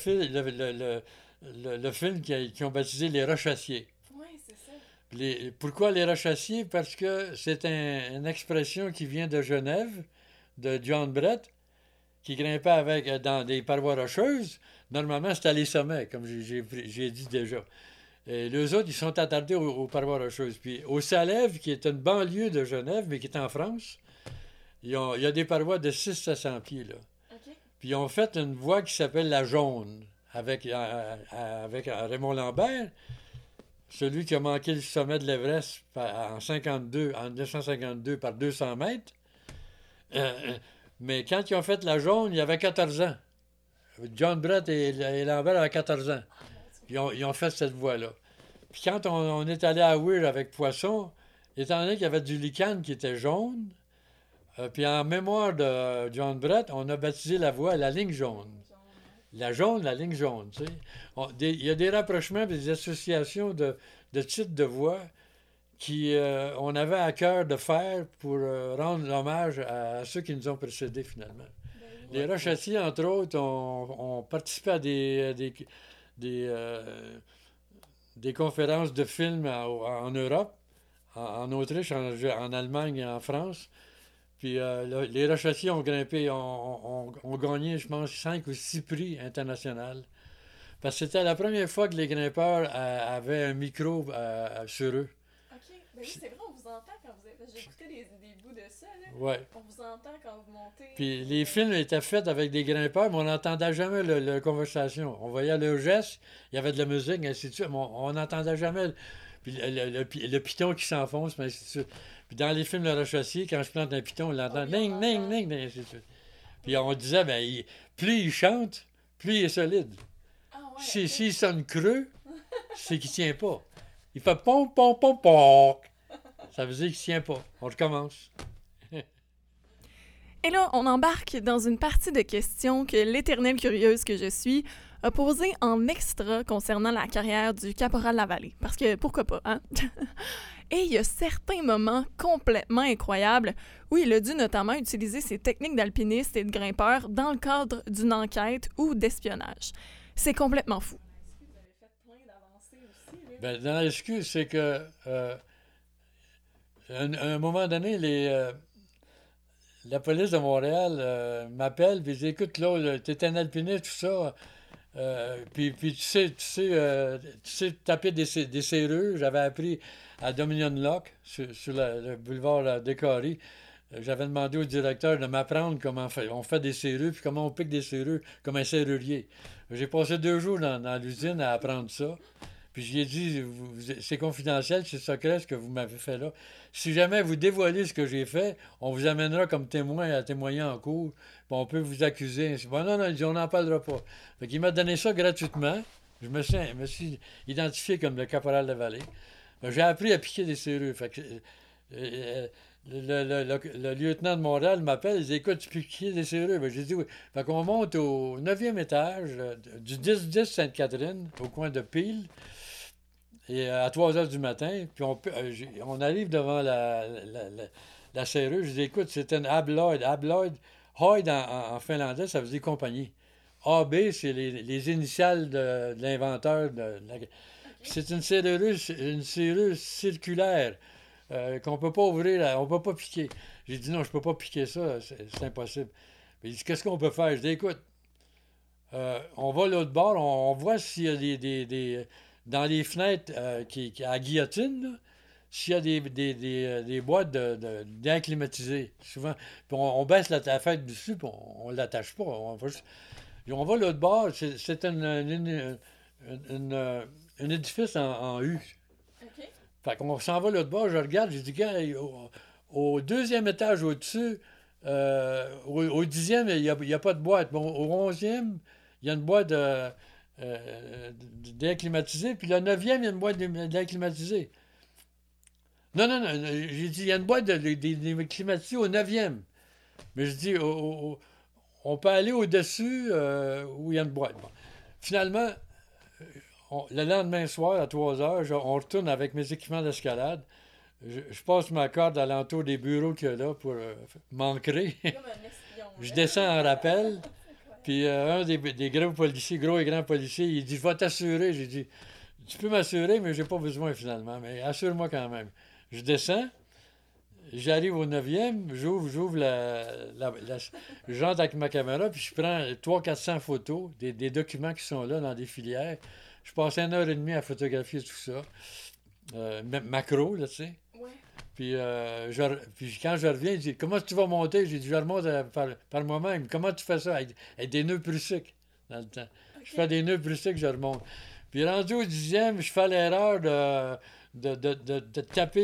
film qu'ils ont baptisé Les Rochassiers. Oui, c'est ça. Pourquoi Les Rochassiers? Parce que c'est une expression qui vient de Genève, de John Brett, qui grimpait dans des parois rocheuses. Normalement, c'était les sommets, comme j'ai dit déjà. Et les autres, ils sont attardés aux parois rocheuses. Puis au Salève, qui est une banlieue de Genève, mais qui est en France, il y a des parois de 600-700 pieds, là. Okay. Puis ils ont fait une voie qui s'appelle la Jaune, avec Raymond Lambert, celui qui a manqué le sommet de l'Everest en 1952 par 200 mètres. Mais quand ils ont fait la Jaune, il y avait 14 ans. John Brett et Lambert avaient 14 ans. Ils ont fait cette voie-là. Puis quand on est allé à Weir avec Poisson, étant donné qu'il y avait du lichen qui était jaune, puis en mémoire de John Brett, on a baptisé la voie la ligne jaune. La jaune, la ligne jaune, tu sais. Il y a des rapprochements, des associations de titres de voies on avait à cœur de faire pour rendre hommage à ceux qui nous ont précédés, finalement. Les Rochassiers, entre autres, ont participé à des conférences de films en Europe, en Autriche, en Allemagne et en France. Puis les Rochassiers ont grimpé, ont gagné, je pense, 5 ou 6 prix internationaux. Parce que c'était la première fois que les grimpeurs avaient un micro sur eux. OK. Ben oui, c'est vrai, on vous entend quand vous êtes... J'écoutais des bouts de ça, là. Ouais. On vous entend quand vous montez. Puis les films étaient faits avec des grimpeurs, mais on n'entendait jamais leur conversation. On voyait leurs gestes, il y avait de la musique, ainsi de suite, mais on n'entendait jamais puis le piton qui s'enfonce, mais ainsi de suite. Puis dans les films de Rochassier, quand je plante un piton, on l'entend ning, ning, ning, ainsi de suite. Puis on disait, plus il chante, plus il est solide. Ah ouais, S'il sonne creux, c'est qu'il tient pas. Il fait pom, pom, pom, pom. Ça veut dire qu'il tient pas. On recommence. Et là, on embarque dans une partie de questions que l'éternelle curieuse que je suis a posée en extra concernant la carrière du caporal Lavallée. Parce que pourquoi pas, hein? Et il y a certains moments complètement incroyables où il a dû notamment utiliser ses techniques d'alpiniste et de grimpeur dans le cadre d'une enquête ou d'espionnage. C'est complètement fou. Vous avez fait plein d'avancées aussi, là. Ben, dans la SQ, c'est que à un moment donné, la police de Montréal m'appelle et dit écoute, Claude, t'es un alpiniste, tout ça. Puis tu sais taper des serrures. J'avais appris à Dominion Lock, sur le boulevard Décoré. J'avais demandé au directeur de m'apprendre comment on fait des serrures, puis comment on pique des serrures comme un serrurier. J'ai passé 2 jours dans l'usine à apprendre ça. Puis je lui ai dit, c'est confidentiel, c'est secret ce que vous m'avez fait là. Si jamais vous dévoilez ce que j'ai fait, on vous amènera comme témoin à témoigner en cours, puis on peut vous accuser. Bon, non, il dit, on n'en parlera pas. Fait qu'il m'a donné ça gratuitement. Je me suis identifié comme le caporal de Vallée. J'ai appris à piquer des serrures. Fait que, le lieutenant de Montréal m'appelle, il dit écoute, tu peux piquer des serrures. J'ai dit oui. Fait qu'on monte au 9e étage du 10-10 Sainte-Catherine, au coin de Peel. Et à 3 heures du matin, puis on arrive devant la serrure. Je dis, écoute, c'est une Abloyd. Abloyd, Hoyd en finlandais, ça veut dire compagnie. AB, c'est les initiales de l'inventeur. C'est une serrure circulaire qu'on ne peut pas ouvrir, on ne peut pas piquer. J'ai dit, non, je ne peux pas piquer ça, c'est impossible. Il dit, qu'est-ce qu'on peut faire? Je dis, écoute, on va l'autre bord, on voit s'il y a dans les fenêtres à guillotine, là, s'il y a des boîtes d'air climatisé, souvent. Puis on baisse la fête dessus, puis on ne l'attache pas. On va l'autre bord, c'est un édifice en U. OK. Fait qu'on s'en va l'autre bord, je regarde, j'ai dit, gars, au 2e étage au-dessus, au 10e, il n'y a pas de boîte. Bon, au 11e, il y a une boîte d'air climatisé, puis le 9e, il y a une boîte d'air climatisé. Non, j'ai dit, il y a une boîte d'air climatisé au 9e. Mais je dis, on peut aller au-dessus où il y a une boîte. Bon. Finalement, le lendemain soir, à 3 heures, on retourne avec mes équipements d'escalade. Je passe ma corde à l'entour des bureaux qu'il y a là pour m'ancrer. Comme un espion. Je descends en rappel. Puis un des gros et grands policiers, il dit, je vais t'assurer. J'ai dit, tu peux m'assurer, mais j'ai pas besoin finalement. Mais assure-moi quand même. Je descends. J'arrive au 9e, j'ouvre je rentre avec ma caméra, puis je prends 300-400 photos, des documents qui sont là dans des filières. Je passe 1h30 à photographier tout ça. Macro, là, tu sais. Ouais. Puis quand je reviens, il dit, comment tu vas monter? J'ai dit, je remonte par moi-même. Comment tu fais ça? Avec des nœuds prussiques, dans le temps. Okay. Je fais des nœuds prussiques, je remonte. Puis rendu au 10e, je fais l'erreur de taper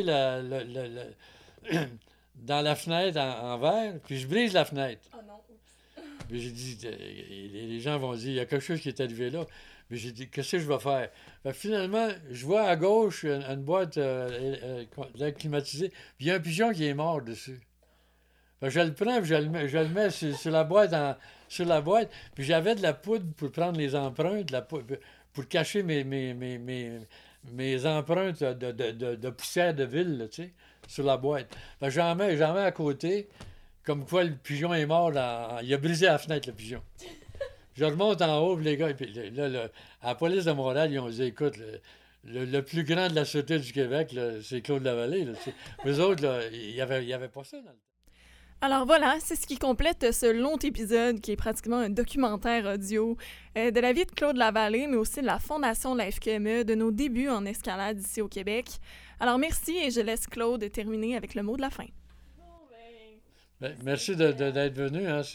dans la fenêtre en verre, puis je brise la fenêtre. Oh non. Puis j'ai dit, les gens vont dire, il y a quelque chose qui est arrivé là. Mais j'ai dit, qu'est-ce que je vais faire? Fait que finalement, je vois à gauche une boîte climatisée, puis il y a un pigeon qui est mort dessus. Fait que je le prends, puis je le mets sur la boîte, puis j'avais de la poudre pour prendre les empreintes, pour cacher mes empreintes de poussière de ville, là, tu sais, sur la boîte. Fait que j'en mets à côté, comme quoi le pigeon est mort, il a brisé la fenêtre, le pigeon. Je remonte en haut, puis les gars, puis là, à la police de Montréal, ils ont dit, écoute, le plus grand de la Sûreté du Québec, là, c'est Claude Lavallée. Là, eux autres, il n'y avait pas ça dans le temps. Alors voilà, c'est ce qui complète ce long épisode qui est pratiquement un documentaire audio de la vie de Claude Lavallée, mais aussi de la fondation de la FQME, de nos débuts en escalade ici au Québec. Alors merci et je laisse Claude terminer avec le mot de la fin. Merci d'être venu. Hein,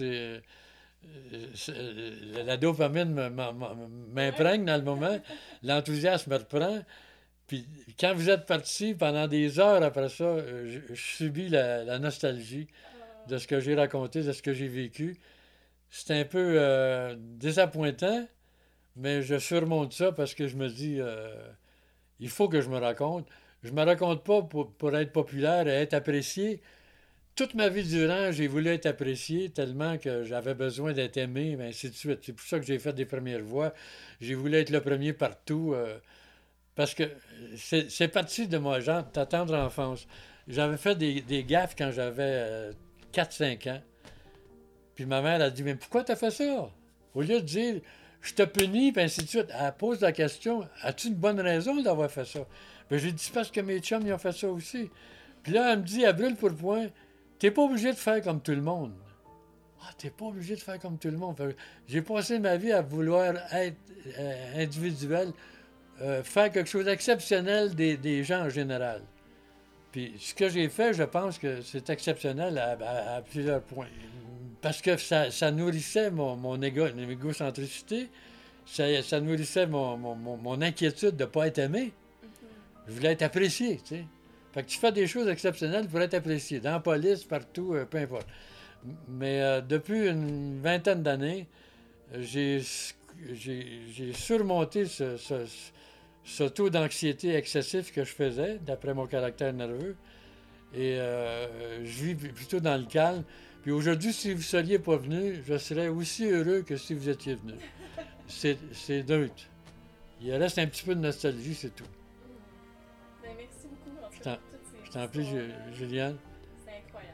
la dopamine m'imprègne dans le moment. L'enthousiasme me reprend. Puis quand vous êtes parti, pendant des heures après ça, je subis la nostalgie de ce que j'ai raconté, de ce que j'ai vécu. C'est un peu désappointant, mais je surmonte ça parce que je me dis, il faut que je me raconte. Je me raconte pas pour être populaire et être apprécié. Toute ma vie durant, j'ai voulu être apprécié tellement que j'avais besoin d'être aimé, et ainsi de suite. C'est pour ça que j'ai fait des premières voix. J'ai voulu être le premier partout, parce que c'est parti de moi, genre, ta tendre enfance. J'avais fait des gaffes quand j'avais 4-5 ans. Puis ma mère a dit, mais pourquoi t'as fait ça? Au lieu de dire, je te punis, puis ainsi de suite, elle pose la question, as-tu une bonne raison d'avoir fait ça? Puis j'ai dit, c'est parce que mes chums, ils ont fait ça aussi. Puis là, elle me dit, à brûle pour point, t'es pas obligé de faire comme tout le monde. Ah, t'es pas obligé de faire comme tout le monde. J'ai passé ma vie à vouloir être individuel, faire quelque chose d'exceptionnel des gens en général. Puis ce que j'ai fait, je pense que c'est exceptionnel à plusieurs points. Parce que ça nourrissait mon égocentricité, ça nourrissait mon inquiétude de ne pas être aimé. Je voulais être apprécié, tu sais. Fait que tu fais des choses exceptionnelles pour être apprécié, dans la police, partout, peu importe. Mais depuis une vingtaine d'années, j'ai surmonté ce taux d'anxiété excessif que je faisais, d'après mon caractère nerveux. Et je vis plutôt dans le calme. Puis aujourd'hui, si vous ne seriez pas venu, je serais aussi heureux que si vous étiez venu. C'est neutre. Il reste un petit peu de nostalgie, c'est tout. Ben, merci beaucoup. Je t'en prie, Juliane. C'est incroyable.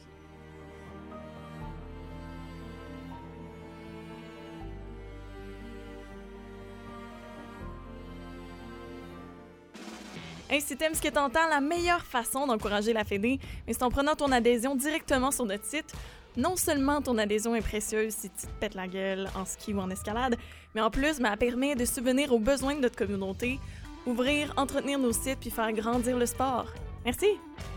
Hey, si t'aimes ce que t'entends, la meilleure façon d'encourager la Fédé, c'est en prenant ton adhésion directement sur notre site. Non seulement ton adhésion est précieuse si tu te pètes la gueule en ski ou en escalade, mais en plus, elle permet de subvenir aux besoins de notre communauté, ouvrir, entretenir nos sites puis faire grandir le sport. Merci!